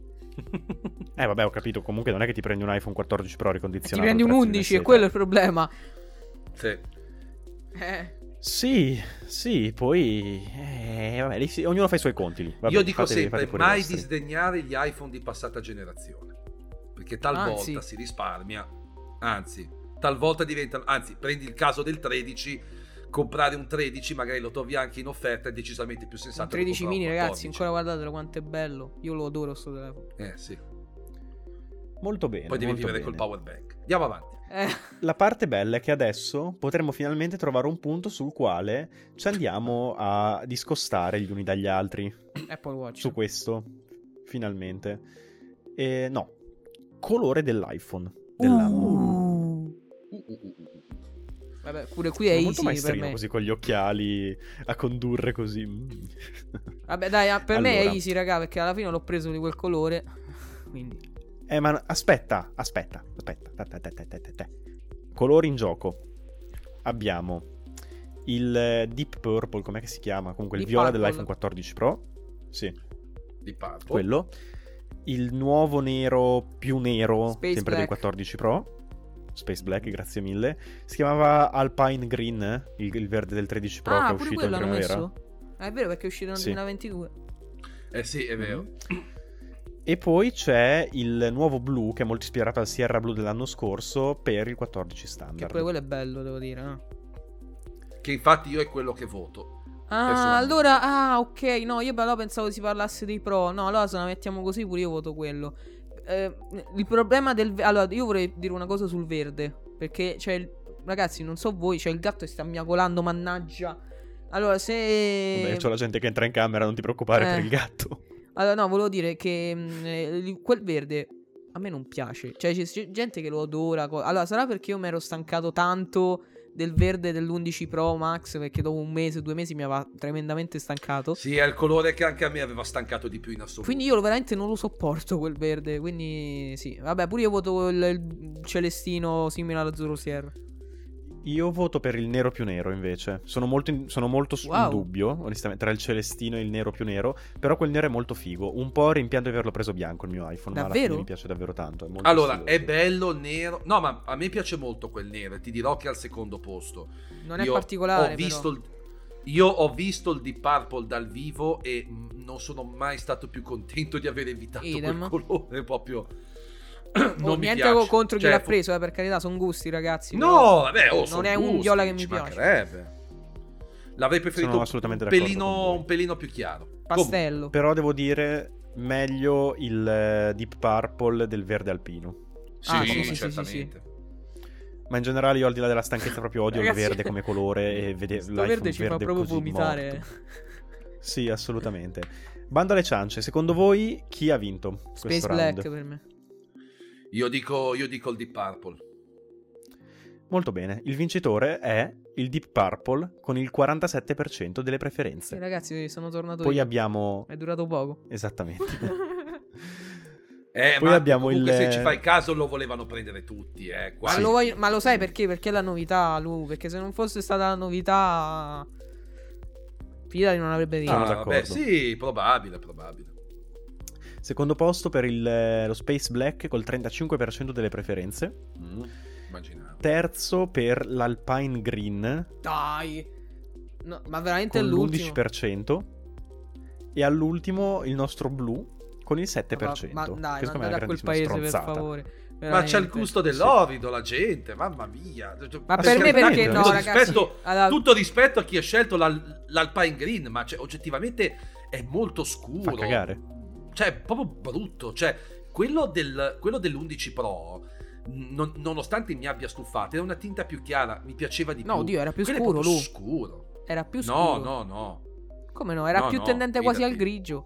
Speaker 3: Eh, vabbè, ho capito. Comunque non è che ti prendi un iPhone quattordici Pro
Speaker 2: Ti
Speaker 3: ricondizionato.
Speaker 2: prendi
Speaker 3: al
Speaker 2: un
Speaker 3: prezzo di
Speaker 2: undici e
Speaker 3: un
Speaker 2: quello è
Speaker 3: S E.
Speaker 2: il problema.
Speaker 1: Sì.
Speaker 2: Eh.
Speaker 3: Sì, sì, poi... Eh, vabbè, lì sì, ognuno fa i suoi conti lì. Vabbè,
Speaker 1: Io dico
Speaker 3: fate-
Speaker 1: sempre,
Speaker 3: fate pure i
Speaker 1: mai
Speaker 3: vostri.
Speaker 1: disdegnare gli iPhone di passata generazione, perché talvolta
Speaker 2: Anzi.
Speaker 1: si risparmia, anzi, talvolta diventano, anzi, prendi il caso del tredici, comprare un tredici, magari lo trovi anche in offerta, è decisamente più sensato.
Speaker 2: Un tredici
Speaker 1: che
Speaker 2: mini,
Speaker 1: comprare un
Speaker 2: ragazzi,
Speaker 1: quattordici.
Speaker 2: ancora guardatelo quanto è bello. Io lo adoro sto telefono.
Speaker 1: Eh sì,
Speaker 3: Molto bene,
Speaker 1: poi devi
Speaker 3: molto
Speaker 1: vivere
Speaker 3: bene.
Speaker 1: col power bank. Andiamo avanti.
Speaker 2: Eh.
Speaker 3: La parte bella è che adesso potremo finalmente trovare un punto sul quale ci andiamo a discostare gli uni dagli altri.
Speaker 2: Apple Watch.
Speaker 3: Su questo, finalmente. E no, colore dell'iPhone dell'anno.
Speaker 2: Uh.
Speaker 1: Uh, uh, uh, uh.
Speaker 2: Vabbè, pure qui è
Speaker 3: Sono molto
Speaker 2: easy per
Speaker 3: maestrino
Speaker 2: me.
Speaker 3: così con gli occhiali a condurre così. Mm.
Speaker 2: Vabbè, dai, ah, per me è
Speaker 3: Allora.
Speaker 2: easy, raga, perché alla fine l'ho preso di quel colore. Quindi.
Speaker 3: Eh, ma aspetta, aspetta, aspetta. Te, te, te, te, te, te. Colori in gioco. Abbiamo il eh, Deep Purple, com'è che si chiama? Comunque il
Speaker 2: Deep
Speaker 3: viola
Speaker 2: Purple.
Speaker 3: dell'iPhone quattordici Pro. Sì,
Speaker 1: Di Purple.
Speaker 3: quello. Il nuovo nero più nero,
Speaker 2: Space
Speaker 3: sempre del
Speaker 2: Black.
Speaker 3: quattordici Pro. Space Black, grazie mille. Si chiamava Alpine Green, eh? il, il verde del tredici Pro
Speaker 2: Ah,
Speaker 3: che è
Speaker 2: pure
Speaker 3: uscito in
Speaker 2: quello hanno
Speaker 3: primavera.
Speaker 2: messo? Ah, è vero, perché è uscito nel
Speaker 3: Sì.
Speaker 2: duemilaventidue.
Speaker 1: Eh sì, è vero.
Speaker 3: E poi c'è il nuovo blu che è molto ispirato al Sierra Blu dell'anno scorso per il quattordici
Speaker 2: Che
Speaker 3: standard.
Speaker 2: pure quello è bello, devo dire. eh.
Speaker 1: Che infatti io è quello che voto.
Speaker 2: Ah,
Speaker 1: Personalmente.
Speaker 2: allora, ah, ok, no, io però pensavo si parlasse dei pro. No, allora se la mettiamo così pure io voto quello. eh, il problema del... Allora, io vorrei dire una cosa sul verde. Perché, cioè, il- ragazzi, non so voi, cioè il gatto sta miacolando, mannaggia. Allora, se...
Speaker 3: Vabbè, c'ho la gente che entra in camera, non ti preoccupare
Speaker 2: Eh.
Speaker 3: per il gatto.
Speaker 2: Allora, no, volevo dire che mh, eh, quel verde a me non piace. Cioè, c'è gente che lo adora. co- Allora, sarà perché io mi ero stancato tanto del verde dell'undici Pro Max, perché dopo un mese, due mesi mi aveva tremendamente stancato.
Speaker 1: Sì, è il colore che anche a me aveva stancato di più in assoluto.
Speaker 2: Quindi io veramente non lo sopporto quel verde. Quindi sì, vabbè, pure io voto il, il celestino simile alla Zero Sierra.
Speaker 3: Io voto per il nero più nero invece. Sono molto, in, sono molto su-
Speaker 2: Wow.
Speaker 3: in dubbio, onestamente, tra il celestino e il nero più nero. Però quel nero è molto figo. Un po' rimpianto di averlo preso bianco il mio iPhone. Ma alla
Speaker 2: Davvero?
Speaker 3: fine mi piace davvero tanto. È molto
Speaker 1: Allora,
Speaker 3: stiloso.
Speaker 1: è bello nero. No, ma a me piace molto quel nero. e Ti dirò che è al secondo posto.
Speaker 2: Non è
Speaker 1: Io
Speaker 2: particolare,
Speaker 1: ho visto
Speaker 2: però.
Speaker 1: il- Io ho visto il Deep Purple dal vivo e mh, non sono mai stato più contento di aver evitato
Speaker 2: Idem.
Speaker 1: quel colore proprio.
Speaker 2: Oh,
Speaker 1: non mi
Speaker 2: niente
Speaker 1: piace.
Speaker 2: contro chi
Speaker 1: Cioè,
Speaker 2: l'ha
Speaker 1: fu-
Speaker 2: preso, eh, per carità, sono gusti, ragazzi. però
Speaker 1: No, vabbè, oh,
Speaker 2: non
Speaker 1: son
Speaker 2: è un
Speaker 1: gusti,
Speaker 2: viola che mi
Speaker 1: ci
Speaker 2: piace.
Speaker 1: mancherebbe. L'avrei preferito
Speaker 3: Sono
Speaker 1: un
Speaker 3: assolutamente d'accordo
Speaker 1: pelino,
Speaker 3: con voi.
Speaker 1: un pelino più chiaro.
Speaker 2: Pastello.
Speaker 3: Però devo dire meglio il eh, Deep Purple del verde alpino.
Speaker 1: Sì,
Speaker 2: Ah, sì, sì, sì,
Speaker 1: certamente.
Speaker 3: Ma in generale io al di là della stanchezza proprio odio
Speaker 2: Ragazzi,
Speaker 3: il verde come colore e vede
Speaker 2: Sto
Speaker 3: l'iPhone
Speaker 2: verde ci fa
Speaker 3: verde
Speaker 2: proprio
Speaker 3: così
Speaker 2: vomitare.
Speaker 3: morto. Sì, assolutamente. Bando alle ciance, secondo voi chi ha vinto
Speaker 2: Space
Speaker 3: questo
Speaker 2: Black
Speaker 3: round?
Speaker 2: per me.
Speaker 1: Io dico, io dico il Deep Purple.
Speaker 3: Molto bene, il vincitore è il Deep Purple con il quarantasette per cento delle
Speaker 2: Sì,
Speaker 3: preferenze.
Speaker 2: ragazzi, sono tornato
Speaker 3: Poi
Speaker 2: io.
Speaker 3: abbiamo...
Speaker 2: È durato poco.
Speaker 3: Esattamente.
Speaker 1: Eh,
Speaker 3: Poi
Speaker 1: ma
Speaker 3: abbiamo
Speaker 1: comunque
Speaker 3: il-
Speaker 1: se ci fai caso lo volevano prendere tutti, eh.
Speaker 2: Ma,
Speaker 1: Quasi.
Speaker 2: lo voglio- ma lo sai perché? Perché è la novità, Lu. Perché se non fosse stata la novità, fidati, non avrebbe vinto.
Speaker 3: Sono
Speaker 1: Ah,
Speaker 3: d'accordo.
Speaker 1: beh, sì, probabile, probabile.
Speaker 3: Secondo posto per il, eh, lo Space Black col trentacinque per cento delle preferenze.
Speaker 1: Mm, immaginavo.
Speaker 3: Terzo per l'Alpine Green
Speaker 2: Dai. No, ma veramente
Speaker 3: con
Speaker 2: è l'ultimo.
Speaker 3: l'undici per cento. E all'ultimo il nostro blu con il sette per cento.
Speaker 2: Ma, ma dai,
Speaker 3: che secondo me è
Speaker 2: mandate
Speaker 3: una
Speaker 2: a quel
Speaker 3: grandissima
Speaker 2: paese per
Speaker 3: stronzata.
Speaker 2: favore.
Speaker 1: Ma c'è il
Speaker 2: Veramente.
Speaker 1: gusto dell'ovido, la gente, mamma mia.
Speaker 2: Ma per me perché no,
Speaker 1: tutto
Speaker 2: ragazzi?
Speaker 1: rispetto,
Speaker 2: Allora-
Speaker 1: tutto rispetto a chi ha scelto l'Al- l'Alpine Green, ma cioè, oggettivamente è molto scuro.
Speaker 3: Fa cagare.
Speaker 1: Cioè, è proprio brutto. Cioè, quello, del, quello dell'undici Pro, non- nonostante mi abbia stufato, era una tinta più chiara, mi piaceva di
Speaker 2: No,
Speaker 1: più.
Speaker 2: oddio, era più
Speaker 1: Quello è
Speaker 2: scuro,
Speaker 1: proprio
Speaker 2: Lu.
Speaker 1: scuro.
Speaker 2: Era più
Speaker 1: No,
Speaker 2: scuro.
Speaker 1: no, no.
Speaker 2: Come no? Era
Speaker 1: No,
Speaker 2: più
Speaker 1: no,
Speaker 2: tendente quasi al
Speaker 1: fidati.
Speaker 2: grigio.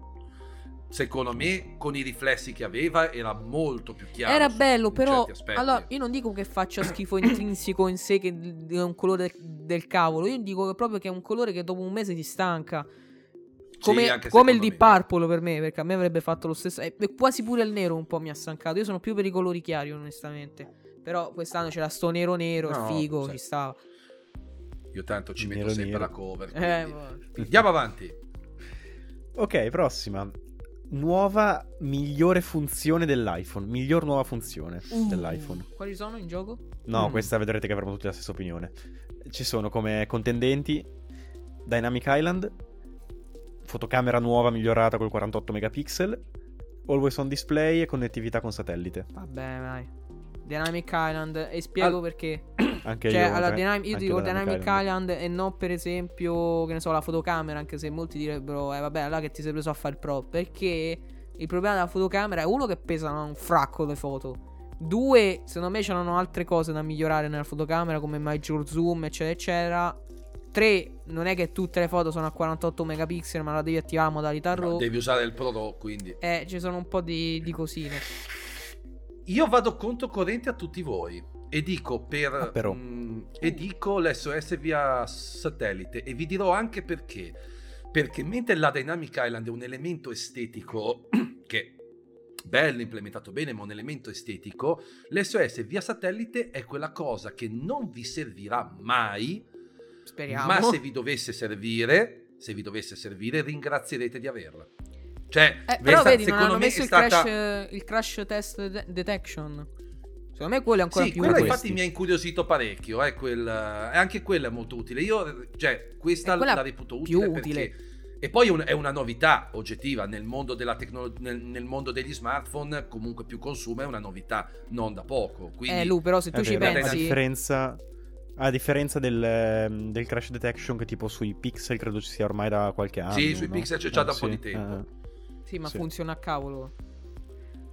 Speaker 1: Secondo me, con i riflessi che aveva, era molto più chiaro.
Speaker 2: Era
Speaker 1: su-
Speaker 2: bello,
Speaker 1: in
Speaker 2: però.
Speaker 1: certi aspetti.
Speaker 2: Allora, io non dico che faccia schifo intrinseco in sé, che è un colore del cavolo. Io dico che proprio che è un colore che dopo un mese ti stanca. Come,
Speaker 1: Sì, anche
Speaker 2: come il
Speaker 1: secondo
Speaker 2: Deep
Speaker 1: me.
Speaker 2: Purple per me, perché a me avrebbe fatto lo stesso. E e quasi pure il nero un po' mi ha stancato. Io sono più per i colori chiari, onestamente. Però quest'anno c'era sto nero nero,
Speaker 1: No,
Speaker 2: è figo,
Speaker 1: sì.
Speaker 2: ci stava.
Speaker 1: Io tanto ci metto
Speaker 3: Nero
Speaker 1: sempre
Speaker 3: nero.
Speaker 1: la cover.
Speaker 2: Eh,
Speaker 1: quindi-
Speaker 2: ma-
Speaker 1: Andiamo avanti.
Speaker 3: Ok, prossima. Nuova migliore funzione dell'iPhone. Miglior nuova funzione
Speaker 2: Uh,
Speaker 3: dell'iPhone.
Speaker 2: Quali sono in gioco?
Speaker 3: No,
Speaker 1: Mm.
Speaker 3: questa vedrete che avremo tutti la stessa opinione. Ci sono come contendenti Dynamic Island, fotocamera nuova migliorata col quarantotto megapixel, Always on display e connettività con satellite.
Speaker 2: Vabbè, vai. Dynamic Island. E spiego
Speaker 1: Al-
Speaker 2: perché.
Speaker 3: Anche
Speaker 2: Cioè,
Speaker 3: io,
Speaker 2: allora,
Speaker 3: anche-
Speaker 2: Dynamic- io
Speaker 3: anche
Speaker 2: dico
Speaker 3: Dynamic
Speaker 2: Dynamic
Speaker 3: Island.
Speaker 2: Island e non per esempio, che ne so, la fotocamera, anche se molti direbbero, eh vabbè, allora che ti sei preso a fare il pro. Perché il problema della fotocamera è uno che pesano un fracco le foto. Due, secondo me c'erano altre cose da migliorare nella fotocamera come maggior zoom, eccetera, eccetera. Tre, non è che tutte le foto sono a quarantotto megapixel, ma la devi attivare a modalità
Speaker 1: No,
Speaker 2: RAW.
Speaker 1: devi usare il Pro RAW, quindi.
Speaker 2: Eh, ci sono un po' di, di cosine.
Speaker 1: Io vado controcorrente a tutti voi e dico per
Speaker 3: Ah, però.
Speaker 1: mm, e dico l'S O S via satellite e vi dirò anche perché. Perché mentre la Dynamic Island è un elemento estetico che bello, implementato bene, ma un elemento estetico, l'S O S via satellite è quella cosa che non vi servirà mai,
Speaker 2: Speriamo.
Speaker 1: ma se vi dovesse servire, se vi dovesse servire, ringrazierete di averla. Cioè,
Speaker 2: Eh,
Speaker 1: è
Speaker 2: però
Speaker 1: sta-
Speaker 2: vedi, non
Speaker 1: secondo
Speaker 2: hanno
Speaker 1: me
Speaker 2: messo
Speaker 1: è
Speaker 2: il,
Speaker 1: stata...
Speaker 2: crash, il crash test de- detection. Secondo me quello è ancora
Speaker 1: Sì,
Speaker 2: più
Speaker 1: quello
Speaker 2: utile.
Speaker 1: infatti mi ha incuriosito parecchio, eh, quel, e anche quello è molto utile. Io, cioè, questa
Speaker 2: E quella
Speaker 1: la reputo
Speaker 2: più
Speaker 1: utile,
Speaker 2: utile.
Speaker 1: perché... E poi è un- è una novità oggettiva nel mondo della tecnologia, nel, nel mondo degli smartphone, comunque più consumo, è una novità non da poco. Quindi,
Speaker 2: Eh, Lu, però se
Speaker 3: È
Speaker 2: tu ci
Speaker 3: vero, a
Speaker 2: pensi...
Speaker 3: differenza, a differenza del, ehm, del crash detection che tipo sui pixel credo ci sia ormai da qualche anno.
Speaker 1: Sì, sui
Speaker 3: no?
Speaker 1: pixel c'è già
Speaker 3: Eh,
Speaker 1: da un po'
Speaker 3: sì,
Speaker 1: di tempo.
Speaker 3: eh.
Speaker 2: Sì, ma
Speaker 3: Sì.
Speaker 2: funziona a cavolo.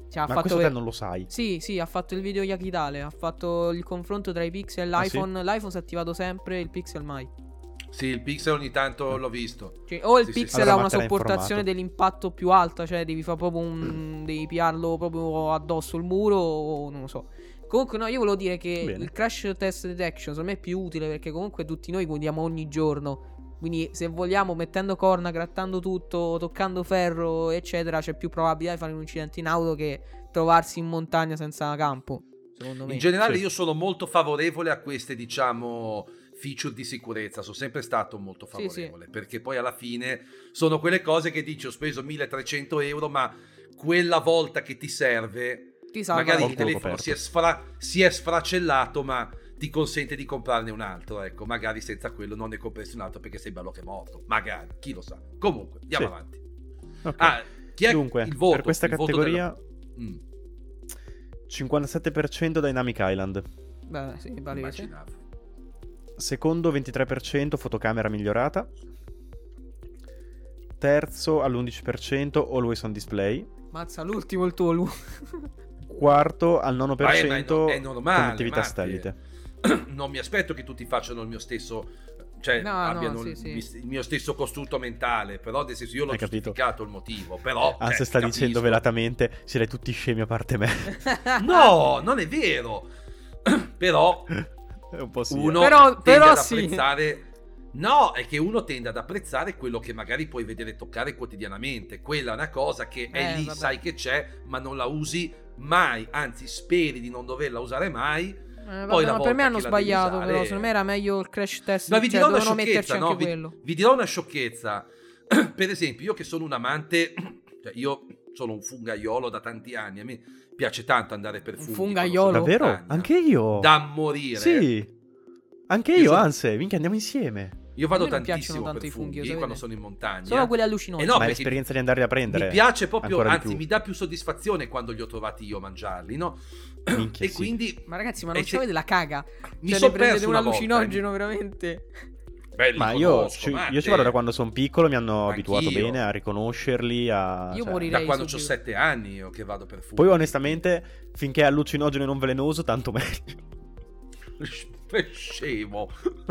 Speaker 2: Cioè, ha
Speaker 3: Ma
Speaker 2: fatto
Speaker 3: questo
Speaker 2: ve-
Speaker 3: te non lo sai.
Speaker 2: Sì, sì, ha fatto il video Yakitale. Ha fatto il confronto tra i Pixel e
Speaker 3: Ah, sì?
Speaker 2: l'iPhone. L'iPhone si è attivato sempre, il Pixel mai.
Speaker 1: Sì, il Pixel ogni tanto l'ho visto.
Speaker 2: Cioè, o il
Speaker 1: Sì, sì,
Speaker 2: Pixel
Speaker 3: sì.
Speaker 2: ha
Speaker 3: Allora,
Speaker 2: una
Speaker 3: ma te l'ha
Speaker 2: sopportazione
Speaker 3: informato.
Speaker 2: dell'impatto più alta, cioè devi fare proprio un. Devi piarlo proprio addosso il muro, o non lo so. Comunque, no, io volevo dire che
Speaker 3: Bene.
Speaker 2: il crash test detection secondo me è più utile perché comunque tutti noi guidiamo ogni giorno. Quindi, se vogliamo, mettendo corna, grattando tutto, toccando ferro, eccetera, c'è più probabilità di fare un incidente in auto che trovarsi in montagna senza campo. Secondo me.
Speaker 1: In generale
Speaker 3: Sì.
Speaker 1: io sono molto favorevole a queste, diciamo, feature di sicurezza. Sono sempre stato molto
Speaker 2: Sì,
Speaker 1: favorevole, perché poi alla fine sono quelle cose che dici ho speso milletrecento euro, ma quella volta che ti serve,
Speaker 2: Ti salva
Speaker 1: magari
Speaker 2: la
Speaker 1: il
Speaker 2: vita.
Speaker 1: telefono
Speaker 3: coperto.
Speaker 1: si è, sfra- si è sfracellato, ma ti consente di comprarne un altro, ecco, magari senza quello non ne compresti un altro perché sei bello che è morto, magari, chi lo sa. Comunque, andiamo
Speaker 3: Sì.
Speaker 1: avanti.
Speaker 3: Ok.
Speaker 1: Ah, chi è
Speaker 3: Dunque,
Speaker 1: il voto?
Speaker 3: per questa
Speaker 1: Il voto
Speaker 3: categoria
Speaker 1: della- Mm,
Speaker 3: cinquantasette per cento Dynamic Island.
Speaker 2: Beh, sì, palese.
Speaker 1: immaginavo.
Speaker 3: Secondo ventitré per cento fotocamera migliorata. Terzo all'undici per cento Always on Display.
Speaker 2: Mazza, l'ultimo il tuo Lu.
Speaker 3: Quarto al nove per
Speaker 1: Ma è- ma
Speaker 3: cento
Speaker 1: è no- è normale,
Speaker 3: connettività
Speaker 1: Matti.
Speaker 3: satellite.
Speaker 1: Non mi aspetto che tutti facciano il mio stesso, cioè
Speaker 2: No, no,
Speaker 1: abbiano
Speaker 2: sì,
Speaker 1: il,
Speaker 2: sì.
Speaker 1: il mio stesso costrutto mentale, però nel senso io l'ho
Speaker 3: Hai capito?
Speaker 1: giustificato il motivo, però
Speaker 3: Anzi,
Speaker 1: cioè,
Speaker 3: sta
Speaker 1: capisco.
Speaker 3: dicendo velatamente siete tutti scemi a parte me.
Speaker 1: No, non è vero. Però
Speaker 3: È un po' sì.
Speaker 1: uno
Speaker 2: Però-
Speaker 1: tende
Speaker 2: però
Speaker 1: ad
Speaker 2: sì.
Speaker 1: apprezzare. No, è che uno tende ad apprezzare quello che magari puoi vedere e toccare quotidianamente. Quella è una cosa che è
Speaker 2: Eh,
Speaker 1: lì,
Speaker 2: vabbè.
Speaker 1: sai che c'è, ma non la usi mai. Anzi, speri di non doverla usare mai.
Speaker 2: Eh, vabbè,
Speaker 1: Poi la
Speaker 2: ma
Speaker 1: volta
Speaker 2: per me hanno
Speaker 1: che la devi
Speaker 2: sbagliato,
Speaker 1: usare-
Speaker 2: però secondo me era meglio il crash test.
Speaker 1: Ma vi
Speaker 2: cioè,
Speaker 1: dirò una
Speaker 2: dovevano metterci
Speaker 1: sciocchezza,
Speaker 2: anche
Speaker 1: no? Vi,
Speaker 2: quello.
Speaker 1: vi dirò una sciocchezza. Per esempio, io che sono un amante, cioè io sono un fungaiolo da tanti anni, a me piace tanto andare per funghi.
Speaker 2: fungaiolo?
Speaker 1: quando sono in
Speaker 3: Davvero?
Speaker 1: montagna.
Speaker 3: Anche io?
Speaker 1: Da morire.
Speaker 3: Sì. Anche
Speaker 1: Io
Speaker 3: io,
Speaker 1: sono-
Speaker 3: anzi, minchia, andiamo insieme.
Speaker 1: Io vado
Speaker 2: A me non
Speaker 1: tantissimo
Speaker 2: piacciono
Speaker 1: per
Speaker 2: tanto i funghi,
Speaker 1: funghi
Speaker 2: lo
Speaker 1: quando
Speaker 2: sapete?
Speaker 1: sono in montagna.
Speaker 2: Solo quelli allucinanti.
Speaker 1: Eh no,
Speaker 3: Ma è
Speaker 1: perché
Speaker 3: l'esperienza di andarli a prendere.
Speaker 1: mi piace proprio,
Speaker 3: ancora di
Speaker 1: anzi
Speaker 3: più.
Speaker 1: mi dà più soddisfazione quando li ho trovati io a mangiarli, no?
Speaker 3: Minchia,
Speaker 1: E
Speaker 3: sì.
Speaker 1: quindi
Speaker 2: Ma ragazzi, ma
Speaker 1: E
Speaker 2: non
Speaker 1: se-
Speaker 2: sapete la caga.
Speaker 1: mi
Speaker 2: Cioè,
Speaker 1: sono
Speaker 2: ne prendete
Speaker 1: perso
Speaker 2: un
Speaker 1: una volta,
Speaker 2: allucinogeno, veramente.
Speaker 1: beh, li
Speaker 3: Ma io
Speaker 1: conosco,
Speaker 3: ci,
Speaker 1: Matte.
Speaker 3: io ci vado da quando sono piccolo, mi hanno
Speaker 1: Anch'io.
Speaker 3: abituato bene a riconoscerli. A,
Speaker 2: Io
Speaker 3: cioè-
Speaker 2: morirei.
Speaker 1: da quando ho
Speaker 2: subito.
Speaker 1: sette anni io che vado per funghi.
Speaker 3: Poi, onestamente, finché è allucinogeno e non velenoso, tanto meglio.
Speaker 1: È scemo.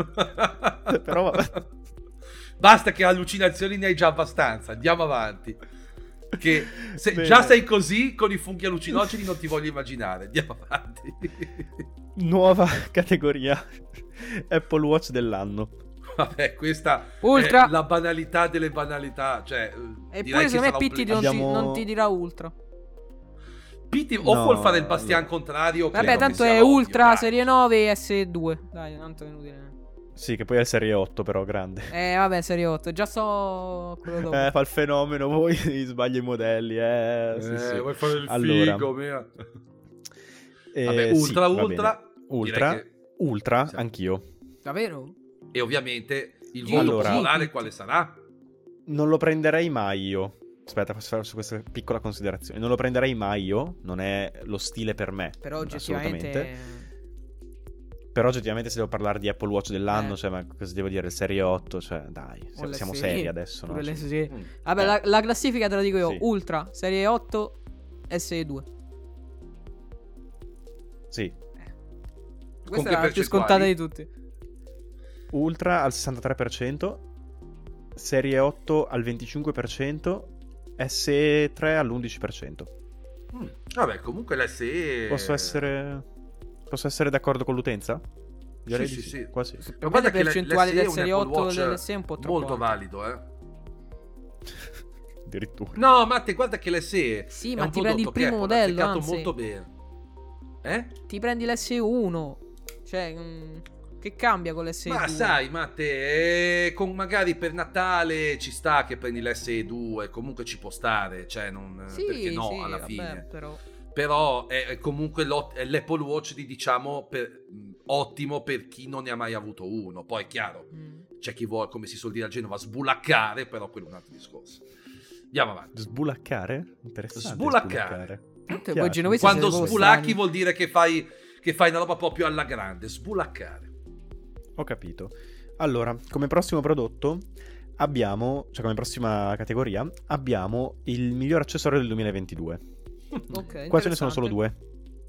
Speaker 3: Però
Speaker 1: Basta che allucinazioni ne hai già abbastanza. Andiamo avanti. Che se
Speaker 3: Bene.
Speaker 1: già sei così con i funghi allucinogeni non ti voglio immaginare. Andiamo avanti.
Speaker 3: nuova categoria Apple Watch dell'anno.
Speaker 1: Vabbè, questa
Speaker 2: Ultra.
Speaker 1: è la banalità delle banalità. Cioè,
Speaker 2: Eppure
Speaker 1: direi che
Speaker 2: secondo me
Speaker 1: sarà un
Speaker 2: Pitti
Speaker 1: pre-
Speaker 2: non, ti-
Speaker 3: Abbiamo-
Speaker 2: non ti dirà ultra.
Speaker 1: Pitti o
Speaker 3: No,
Speaker 1: vuol fare il bastian
Speaker 3: no.
Speaker 1: contrario.
Speaker 2: Vabbè,
Speaker 1: credo
Speaker 2: tanto
Speaker 1: che sia
Speaker 2: è
Speaker 1: ovvio,
Speaker 2: ultra
Speaker 1: dai.
Speaker 2: serie nove e S due. Dai, tanto è inutile.
Speaker 3: Sì, che poi è serie otto, però grande.
Speaker 2: Eh, vabbè, serie otto. Già so quello dopo.
Speaker 3: Eh, fa il fenomeno, poi sbaglia i modelli. Eh, sì,
Speaker 1: Eh,
Speaker 3: sì.
Speaker 1: vuoi fare il
Speaker 3: Allora.
Speaker 1: figo, mia?
Speaker 3: Eh,
Speaker 1: Vabbè,
Speaker 3: sì,
Speaker 1: ultra,
Speaker 3: va
Speaker 1: ultra.
Speaker 3: bene. Ultra,
Speaker 1: direi che-
Speaker 3: ultra,
Speaker 1: Sì.
Speaker 3: anch'io.
Speaker 2: Davvero?
Speaker 1: E ovviamente il
Speaker 2: Sì,
Speaker 1: voto
Speaker 3: allora.
Speaker 1: popolare quale sarà?
Speaker 3: Non lo prenderei mai io. Aspetta, posso fare su questa piccola considerazione. Non lo prenderei mai io. Non è lo stile per me.
Speaker 2: Però
Speaker 3: assolutamente.
Speaker 2: oggettivamente.
Speaker 3: Però oggettivamente se devo parlare di Apple Watch dell'anno,
Speaker 2: Eh.
Speaker 3: cioè, ma cosa devo dire? Il serie otto, cioè, dai,
Speaker 2: O
Speaker 3: siamo,
Speaker 2: le
Speaker 3: siamo
Speaker 2: serie,
Speaker 3: seri adesso, no?
Speaker 2: pure le
Speaker 3: Cioè,
Speaker 2: serie.
Speaker 1: Mm.
Speaker 2: Vabbè,
Speaker 3: Eh.
Speaker 2: la, la classifica te la dico io.
Speaker 3: Sì.
Speaker 2: Ultra, serie otto, S E due.
Speaker 3: sì.
Speaker 2: Questa
Speaker 1: che
Speaker 2: è la più
Speaker 1: percentuali?
Speaker 2: scontata di tutti.
Speaker 3: Ultra al sessantatré per cento, serie otto al venticinque per cento, S E tre all'undici per cento.
Speaker 1: Mm. Vabbè, comunque l'S E
Speaker 3: Posso essere posso essere d'accordo con l'utenza? Direi
Speaker 1: Sì,
Speaker 3: di
Speaker 1: sì, sì.
Speaker 3: quasi.
Speaker 1: Ma
Speaker 2: Per me le
Speaker 1: guarda che
Speaker 2: percentuali
Speaker 1: l'S E
Speaker 2: del
Speaker 1: è un
Speaker 2: serie
Speaker 1: Apple
Speaker 2: otto
Speaker 1: Watch
Speaker 2: dell'S E è un po' troppo
Speaker 1: molto
Speaker 2: alto.
Speaker 1: valido, eh.
Speaker 3: Addirittura.
Speaker 1: No, Matte, guarda che l'S E
Speaker 2: Sì,
Speaker 1: è
Speaker 2: ma
Speaker 1: un
Speaker 2: ti prendi il
Speaker 1: prodotto che
Speaker 2: primo
Speaker 1: Apple ha
Speaker 2: modello,
Speaker 1: azzeccato
Speaker 2: anzi.
Speaker 1: molto bene. Eh?
Speaker 2: Ti prendi l'S E uno. Cioè, mm, che cambia con l'S E due?
Speaker 1: Ma sai, Matte, eh, con magari per Natale ci sta che prendi l'S E due, comunque ci può stare, cioè non
Speaker 2: Sì,
Speaker 1: perché no
Speaker 2: sì,
Speaker 1: alla
Speaker 2: vabbè,
Speaker 1: fine.
Speaker 2: però.
Speaker 1: Però è, è comunque l'o- è l'Apple Watch di diciamo per- mh, ottimo per chi non ne ha mai avuto uno. Poi è chiaro,
Speaker 2: Mm.
Speaker 1: c'è chi vuole, come si suol dire a Genova, sbulaccare, però quello è un altro discorso. Andiamo avanti.
Speaker 3: Sbulaccare? Interessante.
Speaker 1: Sbulaccare.
Speaker 2: Tanto
Speaker 3: Piace.
Speaker 2: voi genovesi
Speaker 1: Quando
Speaker 2: siete proprio
Speaker 1: sbulacchi
Speaker 2: strani.
Speaker 1: vuol dire che fai, che fai una roba proprio alla grande. Sbulaccare.
Speaker 3: Ho capito. Allora, come prossimo prodotto abbiamo, cioè come prossima categoria, abbiamo il miglior accessorio del duemilaventidue.
Speaker 2: Ok,
Speaker 3: Qua ce ne sono
Speaker 2: interessante.
Speaker 3: solo due.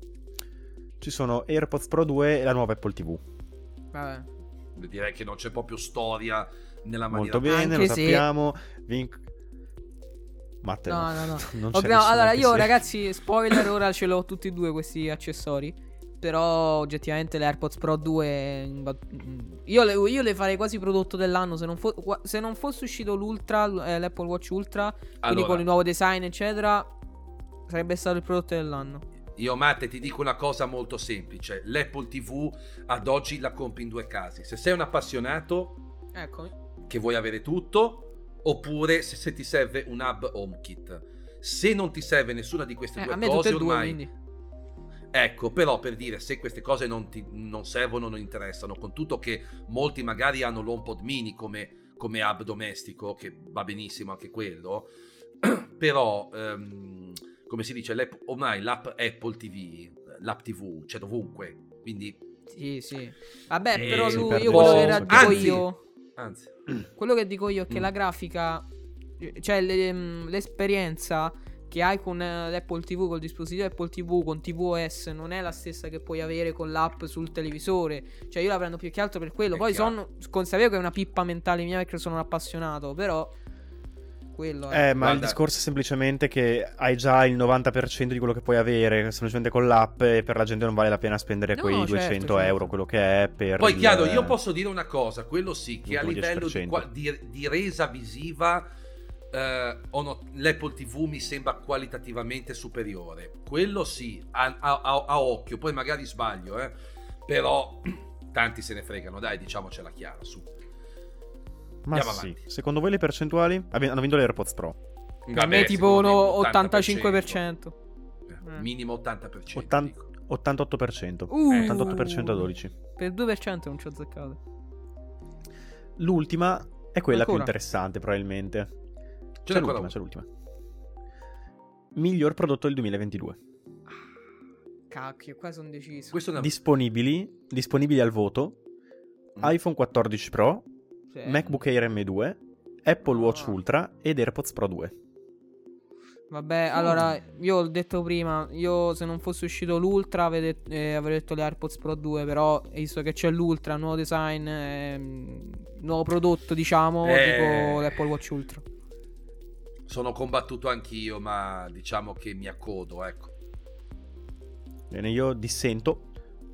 Speaker 3: Ci sono AirPods Pro due e la nuova Apple tivù.
Speaker 2: Vabbè.
Speaker 1: Direi che non c'è proprio storia nella maniera.
Speaker 3: Molto bene,
Speaker 2: Anche
Speaker 3: lo
Speaker 2: se-
Speaker 3: sappiamo. Vin- Matte,
Speaker 2: No, no, no.
Speaker 3: non
Speaker 2: Ok,
Speaker 3: c'è
Speaker 2: no,
Speaker 3: nessuno
Speaker 2: allora
Speaker 3: che
Speaker 2: io
Speaker 3: sia-
Speaker 2: ragazzi, spoiler, ora ce l'ho tutti e due questi accessori. Però oggettivamente le AirPods Pro due imba- io le, io le farei quasi prodotto dell'anno se non, fo- gua- se non fosse uscito l'Ultra, eh, l'Apple Watch Ultra, quindi
Speaker 1: Allora,
Speaker 2: con il nuovo design eccetera, sarebbe stato il prodotto dell'anno.
Speaker 1: io Matte ti dico una cosa molto semplice: l'Apple tivù ad oggi la compri in due casi. Se sei un appassionato
Speaker 2: Ecco.
Speaker 1: che vuoi avere tutto, oppure se, se ti serve un hub HomeKit. Se non ti serve nessuna di queste
Speaker 2: Eh,
Speaker 1: due
Speaker 2: a me tutte
Speaker 1: cose
Speaker 2: e due,
Speaker 1: ormai,
Speaker 2: quindi.
Speaker 1: ecco, però per dire, se queste cose non, ti, non servono, non interessano, con tutto che molti magari hanno l'HomePod mini come, come hub domestico, che va benissimo anche quello, però ehm, come si dice, l'app- ormai l'app Apple ti vu, l'app tivù c'è dovunque, quindi
Speaker 2: Sì, sì. Vabbè,
Speaker 1: Eh,
Speaker 2: però
Speaker 1: si
Speaker 2: lui,
Speaker 3: perde
Speaker 2: io
Speaker 3: il
Speaker 2: quello che
Speaker 3: senso
Speaker 2: ra-
Speaker 3: anche
Speaker 2: dico
Speaker 1: Anzi,
Speaker 2: io
Speaker 1: anzi,
Speaker 2: quello che dico io è che
Speaker 1: Mm.
Speaker 2: la grafica, cioè le- mm, l'esperienza che hai con eh, l'Apple tivù, col dispositivo Apple tivù, con tvOS, non è la stessa che puoi avere con l'app sul televisore. Cioè io la prendo più che altro per quello.
Speaker 1: È
Speaker 2: Poi
Speaker 1: chiaro.
Speaker 2: sono consapevole che è una pippa mentale mia perché sono un appassionato, però quello è.
Speaker 3: Eh, ma il
Speaker 1: Guarda-
Speaker 3: discorso è semplicemente che hai già il novanta per cento di quello che puoi avere semplicemente con l'app e per la gente non vale la pena spendere
Speaker 2: No,
Speaker 3: quei
Speaker 2: certo,
Speaker 3: duecento
Speaker 2: certo.
Speaker 3: euro, quello che è per
Speaker 1: Poi
Speaker 3: il-
Speaker 1: chiaro, io posso dire una cosa, quello sì, che a
Speaker 3: l'ultimo
Speaker 1: livello di,
Speaker 3: dieci per cento.
Speaker 1: qua- di- di resa visiva eh, ho not- l'Apple tivù mi sembra qualitativamente superiore. Quello sì, a, a- a- a occhio, poi magari sbaglio, eh, però tanti se ne fregano, dai, diciamocela chiara, su.
Speaker 3: Ma
Speaker 1: Andiamo
Speaker 3: sì,
Speaker 1: avanti.
Speaker 3: secondo voi le percentuali? Abbi- Hanno vinto le AirPods Pro.
Speaker 2: A
Speaker 1: Vabbè,
Speaker 2: me tipo
Speaker 1: secondo me
Speaker 2: uno
Speaker 1: un
Speaker 2: ottantacinque per cento.
Speaker 1: Eh, minimo ottanta per cento.
Speaker 3: Ottan-
Speaker 1: dico.
Speaker 3: ottantotto per cento.
Speaker 2: Uh.
Speaker 3: ottantotto per cento a dodici.
Speaker 2: Per due per cento non ci ho azzeccato.
Speaker 3: L'ultima è quella più
Speaker 2: Ancora?
Speaker 3: interessante probabilmente.
Speaker 1: Ce
Speaker 3: C'è
Speaker 1: n'è ancora
Speaker 3: l'ultima,
Speaker 1: una.
Speaker 3: c'è l'ultima. Miglior prodotto del duemilaventidue.
Speaker 2: Cacchio, qua sono deciso.
Speaker 1: Questo è una...
Speaker 3: Disponibili, disponibili al voto:
Speaker 1: Mm.
Speaker 3: iPhone quattordici Pro,
Speaker 2: Sì.
Speaker 3: MacBook Air M due, Apple Watch
Speaker 2: Ah.
Speaker 3: Ultra ed AirPods Pro due.
Speaker 2: Vabbè, allora, io ho detto prima, io se non fosse uscito l'Ultra avrei eh, avrei detto le AirPods Pro due, però visto che c'è l'Ultra, nuovo design, ehm, nuovo prodotto, diciamo,
Speaker 1: Eh.
Speaker 2: dico l'Apple Watch Ultra.
Speaker 1: Sono combattuto anch'io, ma diciamo che mi accodo, ecco.
Speaker 3: Bene, io dissento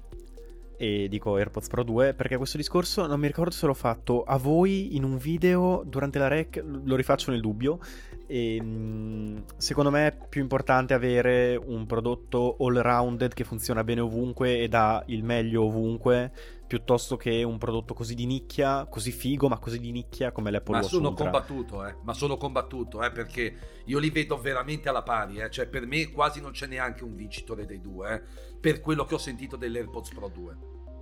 Speaker 3: e dico AirPods Pro due perché questo discorso non mi ricordo se l'ho fatto a voi in un video durante la rec, lo rifaccio nel dubbio. E, mh, secondo me è più importante avere un prodotto all rounded che funziona bene ovunque e dà il meglio ovunque, piuttosto che un prodotto così di nicchia, così figo ma così di nicchia come l'Apple
Speaker 1: Ma
Speaker 3: Watch
Speaker 1: sono
Speaker 3: Ultra.
Speaker 1: combattuto, eh. Ma sono combattuto, eh, perché io li vedo veramente alla pari, eh. Cioè, per me quasi non c'è neanche un vincitore dei due, eh, per quello che ho sentito dell'AirPods Pro due.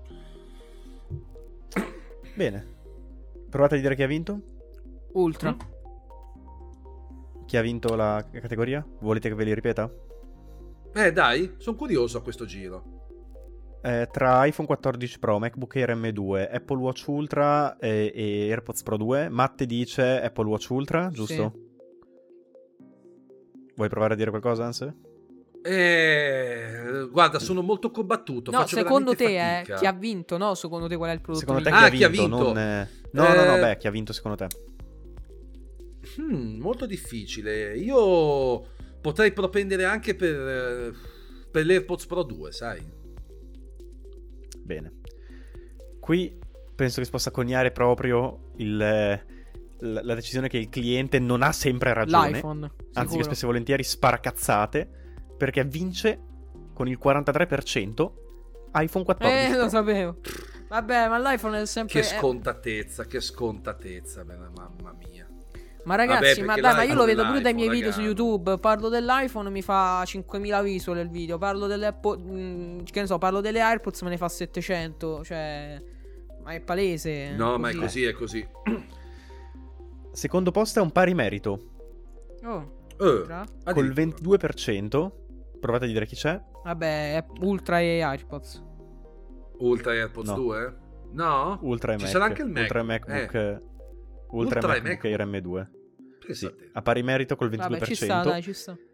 Speaker 3: Bene, provate a dire chi ha vinto?
Speaker 2: Ultra.
Speaker 3: Chi ha vinto la categoria? Volete che ve li ripeta?
Speaker 1: Eh, dai, sono curioso a questo giro.
Speaker 3: Eh, tra iPhone quattordici Pro, MacBook Air M due, Apple Watch Ultra e, e AirPods Pro due, Matte dice Apple Watch Ultra, giusto? Vuoi provare a dire qualcosa, Anse?
Speaker 1: Eh, guarda, sono molto combattuto.
Speaker 2: No,
Speaker 1: faccio
Speaker 2: secondo te
Speaker 1: veramente
Speaker 2: eh,
Speaker 1: fatica.
Speaker 2: chi ha vinto? No, secondo te qual è il prodotto
Speaker 3: Secondo te
Speaker 2: migliore?
Speaker 3: chi,
Speaker 1: Ah,
Speaker 3: ha
Speaker 1: chi ha
Speaker 3: vinto?
Speaker 1: vinto?
Speaker 3: Non, eh, No, no, no,
Speaker 1: Eh,
Speaker 3: beh, chi ha vinto secondo te?
Speaker 1: Hmm, molto difficile. Io potrei propendere anche per, eh, per l'AirPods Pro due, sai?
Speaker 3: Bene. Qui penso che si possa coniare proprio il, eh, la, la decisione che il cliente non ha sempre ragione.
Speaker 2: L'iPhone.
Speaker 3: Anzi, che
Speaker 2: sicuro.
Speaker 3: spesso e volentieri spara cazzate, perché vince con il quarantatré per cento iPhone quattordici
Speaker 2: Eh,
Speaker 3: Pro.
Speaker 2: lo sapevo. Vabbè, ma l'iPhone è sempre...
Speaker 1: Che
Speaker 2: eh,
Speaker 1: scontatezza, che scontatezza, mamma mia.
Speaker 2: Ma ragazzi,
Speaker 1: Vabbè,
Speaker 2: ma
Speaker 1: perché
Speaker 2: dai, ma io
Speaker 1: l'iPhone
Speaker 2: lo
Speaker 1: è
Speaker 2: vedo pure dai miei
Speaker 1: l'iPhone,
Speaker 2: video su
Speaker 1: raga.
Speaker 2: YouTube. Parlo dell'iPhone, mi fa cinquemila visual il video. Parlo delle Apple, mh, che ne so, parlo delle AirPods, me ne fa settecento. Cioè, ma è palese.
Speaker 1: No, ma è così, è così.
Speaker 3: Secondo posto è un pari merito,
Speaker 2: Oh,
Speaker 1: Eh,
Speaker 2: Ultra?
Speaker 3: col
Speaker 1: addirittura.
Speaker 3: ventidue per cento. Provate a dire chi c'è.
Speaker 2: Vabbè, è Ultra e AirPods.
Speaker 1: Ultra AirPods
Speaker 3: No.
Speaker 1: due? No?
Speaker 3: Ultra e
Speaker 1: Ci
Speaker 3: Mac.
Speaker 1: sarà anche il Mac.
Speaker 3: Ultra e MacBook,
Speaker 1: Eh,
Speaker 3: Ultra,
Speaker 1: Ultra
Speaker 3: e
Speaker 1: e
Speaker 3: MacBook
Speaker 1: Mac.
Speaker 3: Air M due.
Speaker 1: pensa
Speaker 3: Sì,
Speaker 1: a te.
Speaker 3: a pari merito col ventidue
Speaker 2: Vabbè,
Speaker 3: per
Speaker 2: ci
Speaker 3: cento.
Speaker 2: sta, dai, ci sta.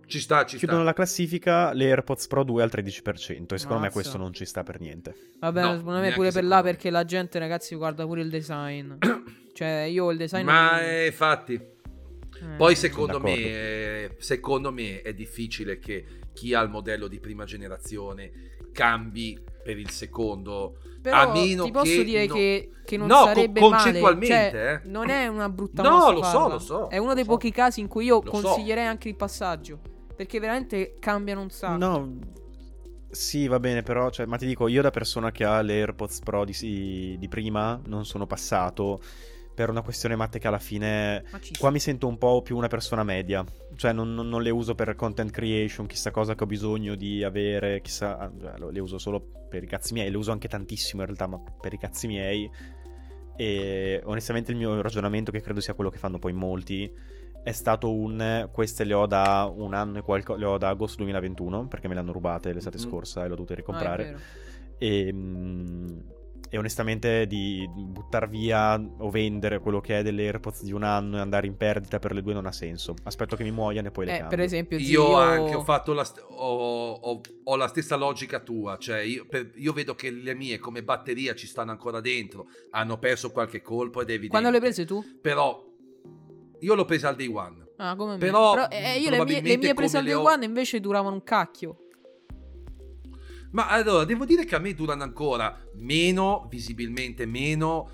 Speaker 1: Ci sta, ci
Speaker 3: Chiudono
Speaker 1: sta.
Speaker 3: la classifica le AirPods Pro due al tredici per cento e secondo
Speaker 2: Mazza.
Speaker 3: me questo non ci sta per niente.
Speaker 2: Vabbè,
Speaker 1: No,
Speaker 2: secondo me
Speaker 1: neanche
Speaker 2: pure per
Speaker 1: secondo
Speaker 2: là
Speaker 1: me.
Speaker 2: perché la gente, ragazzi, guarda pure il design. Cioè, io il design
Speaker 1: Ma
Speaker 2: non-
Speaker 1: eh, infatti,
Speaker 2: eh,
Speaker 1: poi
Speaker 2: non-
Speaker 1: secondo
Speaker 3: d'accordo.
Speaker 1: me, eh, secondo me è difficile che chi ha il modello di prima generazione cambi per il secondo.
Speaker 2: Però
Speaker 1: a meno
Speaker 2: ti posso
Speaker 1: che
Speaker 2: dire
Speaker 1: no-
Speaker 2: che, che non
Speaker 1: No, co-
Speaker 2: sarebbe
Speaker 1: concettualmente,
Speaker 2: male. Cioè,
Speaker 1: eh.
Speaker 2: non è una brutta
Speaker 1: No,
Speaker 2: mossa
Speaker 1: lo so,
Speaker 2: farla.
Speaker 1: lo so,
Speaker 2: È uno
Speaker 1: lo
Speaker 2: dei
Speaker 1: so.
Speaker 2: pochi casi in cui io
Speaker 1: Lo so.
Speaker 2: consiglierei anche il passaggio. Perché veramente cambiano un sacco.
Speaker 3: No, sì, va bene, però, cioè, ma ti dico, io da persona che ha le AirPods Pro di, di prima non sono passato per una questione matte che alla fine
Speaker 2: Ma ci
Speaker 3: qua mi sento un po' più una persona media, cioè non, non- non le uso per content creation, chissà cosa che ho bisogno di avere, chissà, cioè, le uso solo per i cazzi miei, le uso anche tantissimo in realtà, ma per i cazzi miei. E onestamente il mio ragionamento, che credo sia quello che fanno poi molti, è stato un queste le ho da un anno e qualcosa, le ho da agosto duemilaventuno perché me le hanno rubate l'estate
Speaker 1: Mm.
Speaker 3: scorsa e le ho dovute
Speaker 2: Ah, è
Speaker 3: ricomprare.
Speaker 2: vero.
Speaker 3: E, mm, e onestamente di buttar via o vendere quello che è delle AirPods di un anno e andare in perdita per le due non ha senso. Aspetto che mi muoiano e poi le
Speaker 2: Eh,
Speaker 3: cambio.
Speaker 2: per esempio,
Speaker 1: Io
Speaker 2: zio,
Speaker 1: anche ho fatto la st- ho, ho- ho la stessa logica tua, cioè io, per- io vedo che le mie come batteria ci stanno ancora dentro, hanno perso qualche colpo ed è evidente.
Speaker 2: Quando le hai prese tu?
Speaker 1: Però io l'ho presa al day one.
Speaker 2: Ah, come me.
Speaker 1: Però,
Speaker 2: Però, eh, io le mie, le
Speaker 1: probabilmente
Speaker 2: mie prese al
Speaker 1: come
Speaker 2: day
Speaker 1: le ho-
Speaker 2: one invece duravano un cacchio.
Speaker 1: Ma allora, devo dire che a me durano ancora meno, visibilmente meno,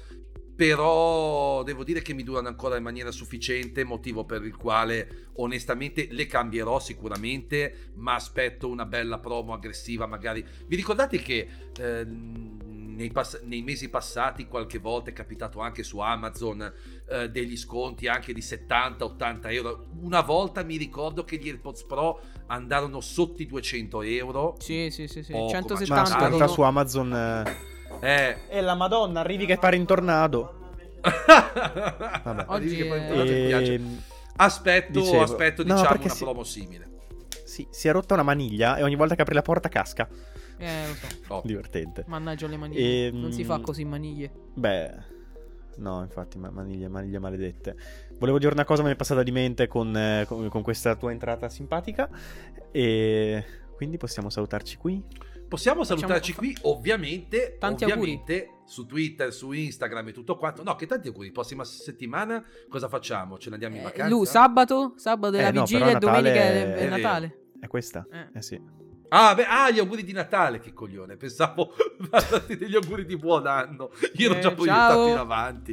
Speaker 1: però devo dire che mi durano ancora in maniera sufficiente, motivo per il quale onestamente le cambierò sicuramente, ma aspetto una bella promo aggressiva magari. Vi ricordate che eh, nei, pass- nei mesi passati qualche volta è capitato anche su Amazon eh, degli sconti anche di settanta ottanta euro? Una volta mi ricordo che gli AirPods Pro andarono sotto i duecento euro.
Speaker 2: Sì, sì, sì, sì.
Speaker 1: Poco, ma
Speaker 3: Ma
Speaker 2: centosettanta.
Speaker 1: tanto.
Speaker 3: aspetta, su Amazon... eh,
Speaker 1: Eh.
Speaker 3: E la madonna, arrivi che pare in tornado.
Speaker 1: Vabbè,
Speaker 2: Oggi
Speaker 1: che poi
Speaker 2: è-
Speaker 1: guardate, mi piace.
Speaker 3: E...
Speaker 1: Aspetto,
Speaker 3: Dicevo,
Speaker 1: aspetto
Speaker 3: no,
Speaker 1: diciamo
Speaker 3: perché
Speaker 1: una
Speaker 3: si-
Speaker 1: promo simile.
Speaker 3: Sì, si è rotta una maniglia e ogni volta che apri la porta casca.
Speaker 2: Eh, lo so.
Speaker 1: Oh.
Speaker 3: Divertente.
Speaker 2: Mannaggia le maniglie.
Speaker 3: Ehm,
Speaker 2: Non si fa così maniglie.
Speaker 3: Beh, no, infatti, ma- maniglie, maniglie maledette. Volevo dire una cosa, me ne è passata di mente con, eh, con, con questa tua entrata simpatica. E quindi possiamo salutarci qui.
Speaker 1: Possiamo
Speaker 2: Facciamo-
Speaker 1: salutarci qui, ovviamente,
Speaker 2: Tanti
Speaker 1: ovviamente su Twitter, su Instagram e tutto quanto. No, che tanti auguri. Prossima settimana cosa facciamo? Ce ne andiamo in
Speaker 2: Eh,
Speaker 1: vacanza?
Speaker 2: lui, sabato, sabato è
Speaker 3: Eh,
Speaker 2: la
Speaker 3: no,
Speaker 2: vigilia
Speaker 3: però
Speaker 2: e domenica
Speaker 3: Natale
Speaker 2: è,
Speaker 3: è
Speaker 2: è
Speaker 1: vero.
Speaker 2: Natale.
Speaker 3: È questa?
Speaker 2: Eh.
Speaker 3: Eh sì.
Speaker 1: Ah, beh, ah, gli auguri di Natale, che coglione. Pensavo degli auguri di buon anno. Io ero
Speaker 2: Eh,
Speaker 1: già proiettato
Speaker 2: ciao.
Speaker 1: in avanti.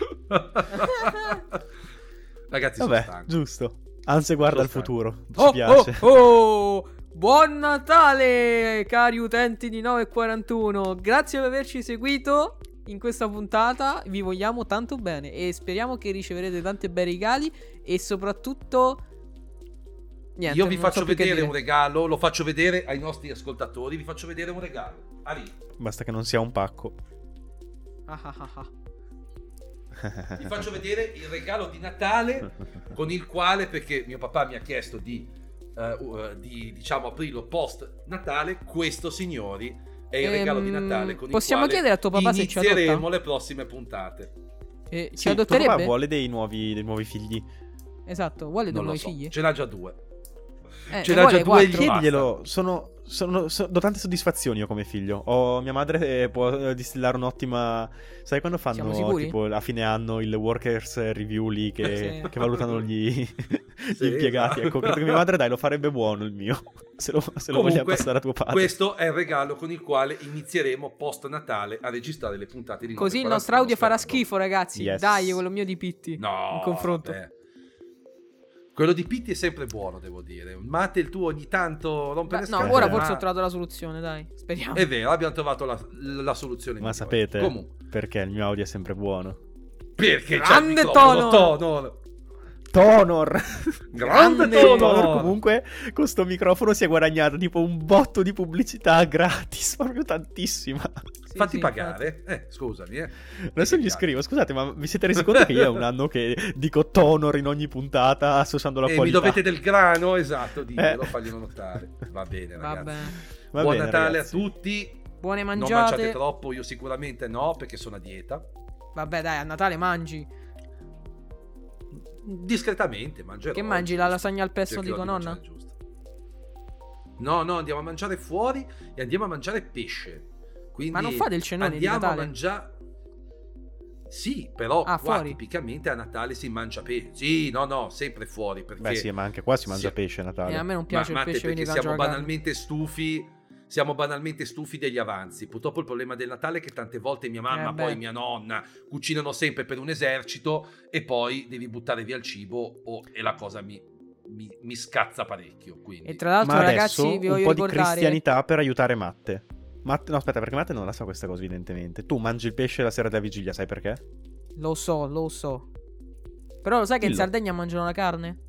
Speaker 1: Ragazzi,
Speaker 3: Vabbè,
Speaker 1: sono stanco.
Speaker 3: giusto. Anzi, guarda
Speaker 1: Sono
Speaker 3: il
Speaker 1: stanco.
Speaker 3: futuro. Ci
Speaker 2: Oh,
Speaker 3: piace.
Speaker 2: oh, oh! Buon Natale, cari utenti di nove e quarantuno. Grazie per averci seguito in questa puntata. Vi vogliamo tanto bene e speriamo che riceverete tanti bei regali e soprattutto niente,
Speaker 1: Io vi
Speaker 2: non
Speaker 1: faccio
Speaker 2: so più che
Speaker 1: vedere
Speaker 2: dire.
Speaker 1: un regalo, lo faccio vedere ai nostri ascoltatori, vi faccio vedere un regalo. Arriva.
Speaker 3: Basta che non sia un pacco.
Speaker 2: Ah, ah, ah, ah.
Speaker 1: Vi faccio vedere il regalo di Natale con il quale, perché mio papà mi ha chiesto di, eh, uh, di diciamo aprirlo post Natale, questo signori è il
Speaker 2: Ehm,
Speaker 1: regalo di Natale con il
Speaker 2: possiamo
Speaker 1: quale
Speaker 2: chiedere a tuo papà se ci
Speaker 1: inizieremo
Speaker 2: adotta?
Speaker 1: le prossime puntate.
Speaker 2: Eh, ci
Speaker 3: Sì, tuo
Speaker 2: adotterebbe?
Speaker 3: papà vuole dei nuovi, dei nuovi figli.
Speaker 2: Esatto, vuole due
Speaker 1: Non lo
Speaker 2: nuovi
Speaker 1: so,
Speaker 2: figli.
Speaker 1: ce n'ha già due.
Speaker 2: Eh,
Speaker 1: ce
Speaker 2: ne
Speaker 1: n'ha
Speaker 2: vuole
Speaker 1: già due,
Speaker 2: quattro.
Speaker 1: gli-
Speaker 3: Chiediglielo, sono, sono, so- do tante soddisfazioni io come figlio. Ho, mia madre eh, può eh, distillare un'ottima. Sai quando fanno
Speaker 2: Siamo sicuri?
Speaker 3: tipo a fine anno il workers review lì che,
Speaker 2: Sì.
Speaker 3: che valutano gli,
Speaker 1: Sì,
Speaker 3: gli impiegati?
Speaker 1: esatto.
Speaker 3: Ecco, credo che mia madre, dai, lo farebbe buono il mio. Se lo, se lo
Speaker 1: Comunque,
Speaker 3: voglia passare a tuo padre.
Speaker 1: Questo è il regalo con il quale inizieremo post Natale a registrare le puntate di
Speaker 2: Così il
Speaker 1: nove e
Speaker 2: nostro audio farà
Speaker 1: quarantuno,
Speaker 2: schifo, ragazzi.
Speaker 3: Yes.
Speaker 2: Dai, quello mio di Pitti.
Speaker 1: No,
Speaker 2: in confronto.
Speaker 1: vabbè. Quello di Pitti è sempre buono, devo dire. Mate, il tuo ogni tanto rompe
Speaker 2: Beh,
Speaker 1: le
Speaker 2: no,
Speaker 1: scatole,
Speaker 2: ora
Speaker 1: ma-
Speaker 2: forse ho trovato la soluzione, dai. Speriamo.
Speaker 1: È vero, abbiamo trovato la, la soluzione.
Speaker 3: Ma
Speaker 1: migliore.
Speaker 3: sapete
Speaker 1: Comunque,
Speaker 3: perché il mio audio è sempre buono?
Speaker 1: perché
Speaker 2: Grande
Speaker 1: c'è il microfono,
Speaker 2: tono!
Speaker 1: tono.
Speaker 3: Tonor!
Speaker 1: Grande
Speaker 2: Grande
Speaker 1: tono!
Speaker 3: Tonor comunque con sto microfono si è guadagnato tipo un botto di pubblicità gratis, proprio tantissima.
Speaker 2: Sì,
Speaker 1: Fatti
Speaker 2: sì,
Speaker 1: pagare. Eh, scusami, eh.
Speaker 3: Adesso
Speaker 1: Mi
Speaker 3: gli
Speaker 1: piace.
Speaker 3: scrivo, scusate, ma vi siete resi conto che io è un anno che dico Tonor in ogni puntata associando la
Speaker 1: E mi
Speaker 3: qualità?
Speaker 1: dovete del grano, esatto, diglielo,
Speaker 3: Eh.
Speaker 1: faglielo notare. Va bene,
Speaker 2: Va
Speaker 1: ragazzi.
Speaker 2: bene.
Speaker 3: Va
Speaker 1: Buon
Speaker 3: bene,
Speaker 1: Natale
Speaker 3: ragazzi.
Speaker 1: a tutti.
Speaker 2: Buone
Speaker 1: Non mangiate
Speaker 2: mangiate.
Speaker 1: troppo, io sicuramente no, perché sono a dieta.
Speaker 2: Vabbè, dai, a Natale mangi.
Speaker 1: Discretamente mangerò.
Speaker 2: Che mangi la lasagna al pesto
Speaker 1: Cercherò
Speaker 2: di tua nonna?
Speaker 1: mangiare giusto. No, no, andiamo a mangiare fuori e andiamo a mangiare pesce. Quindi
Speaker 2: Ma non fate il cenone di
Speaker 1: andiamo a
Speaker 2: Natale?
Speaker 1: mangiare. Sì, però
Speaker 2: Ah,
Speaker 1: qua
Speaker 2: fuori?
Speaker 1: tipicamente a Natale si mangia pesce. Sì, no, no, sempre fuori. Perché
Speaker 3: Beh sì, ma anche qua si mangia
Speaker 1: Sì.
Speaker 3: pesce a Natale.
Speaker 2: E a me non
Speaker 1: Ma,
Speaker 2: piace il
Speaker 1: Matte,
Speaker 2: pesce, quindi
Speaker 1: perché
Speaker 2: mangio
Speaker 1: siamo
Speaker 2: la carne.
Speaker 1: banalmente stufi. Siamo banalmente stufi degli avanzi. Purtroppo il problema del Natale è che tante volte mia mamma,
Speaker 2: Eh, beh.
Speaker 1: poi mia nonna cucinano sempre per un esercito e poi devi buttare via il cibo o- e la cosa mi, mi, mi scazza parecchio. Quindi.
Speaker 2: E tra l'altro,
Speaker 3: Ma
Speaker 2: ragazzi,
Speaker 3: adesso
Speaker 2: vi
Speaker 3: un
Speaker 2: voglio
Speaker 3: po' di
Speaker 2: ricordare.
Speaker 3: cristianità per aiutare Matte. Matte. No, aspetta, perché Matte non la sa questa cosa, evidentemente. Tu mangi il pesce la sera della vigilia, sai perché?
Speaker 2: Lo so, lo so. Però lo sai che in
Speaker 3: Dillo.
Speaker 2: Sardegna mangiano la carne?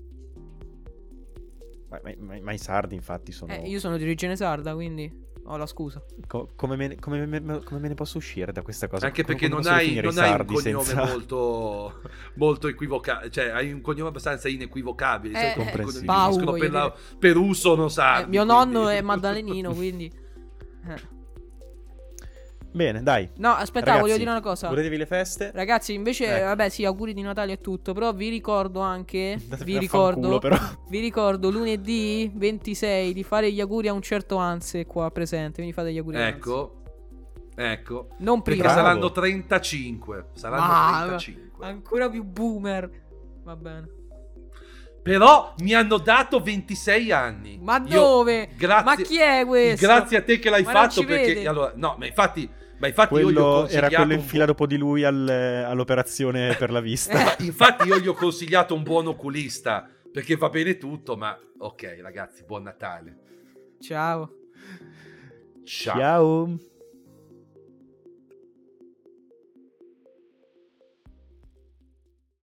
Speaker 3: Ma, ma- ma- ma i sardi, infatti, sono.
Speaker 2: Eh, io sono di origine sarda, quindi ho la scusa.
Speaker 3: Co- come, me ne, come, me, me- come me ne posso uscire da questa cosa?
Speaker 1: Anche
Speaker 3: Come-
Speaker 1: perché
Speaker 3: come
Speaker 1: non
Speaker 3: posso
Speaker 1: hai,
Speaker 3: definire
Speaker 1: non
Speaker 3: i
Speaker 1: hai un
Speaker 3: sardi
Speaker 1: cognome
Speaker 3: senza-
Speaker 1: molto, molto equivocabile, cioè hai un cognome abbastanza inequivocabile.
Speaker 2: Eh,
Speaker 1: Sai, come
Speaker 3: comprensibile.
Speaker 1: definiscono
Speaker 2: Pau,
Speaker 1: per,
Speaker 2: voglio
Speaker 1: la, per uso non
Speaker 2: Eh,
Speaker 1: sardi.
Speaker 2: mio
Speaker 1: quindi.
Speaker 2: nonno è maddalenino, quindi. Eh.
Speaker 3: Bene, dai.
Speaker 2: No, aspetta,
Speaker 3: Ragazzi,
Speaker 2: voglio dire una cosa.
Speaker 3: Godetevi le feste?
Speaker 2: Ragazzi, invece,
Speaker 3: Ecco.
Speaker 2: vabbè, sì, auguri di Natale e tutto. Però vi ricordo anche.
Speaker 3: Andatevi
Speaker 2: Vi
Speaker 3: a
Speaker 2: ricordo.
Speaker 3: fanculo, però.
Speaker 2: Vi ricordo lunedì ventisei di fare gli auguri a un certo Anse qua presente. Quindi fate gli auguri a Anse.
Speaker 1: Ecco, ecco.
Speaker 2: Non
Speaker 1: Perché
Speaker 2: prima.
Speaker 3: Bravo.
Speaker 1: saranno trentacinque. Saranno
Speaker 2: Ma-
Speaker 1: trentacinque.
Speaker 2: Ancora più boomer. Va bene.
Speaker 1: Però mi hanno dato ventisei anni.
Speaker 2: Ma
Speaker 1: Io-
Speaker 2: dove?
Speaker 1: grazie,
Speaker 2: Ma chi è questo?
Speaker 1: Grazie a te che l'hai
Speaker 2: Ma non
Speaker 1: fatto
Speaker 2: ci
Speaker 1: perché
Speaker 2: vede.
Speaker 1: allora no, ma infatti, ma infatti io gli ho
Speaker 3: Quello
Speaker 1: consigliato
Speaker 3: era quello in
Speaker 1: un
Speaker 3: fila
Speaker 1: bu-
Speaker 3: dopo di lui al- all'operazione per la vista.
Speaker 1: Ma infatti io gli ho consigliato un buon oculista perché va bene tutto, ma ok, ragazzi, buon Natale.
Speaker 2: Ciao.
Speaker 1: Ciao.
Speaker 3: Ciao.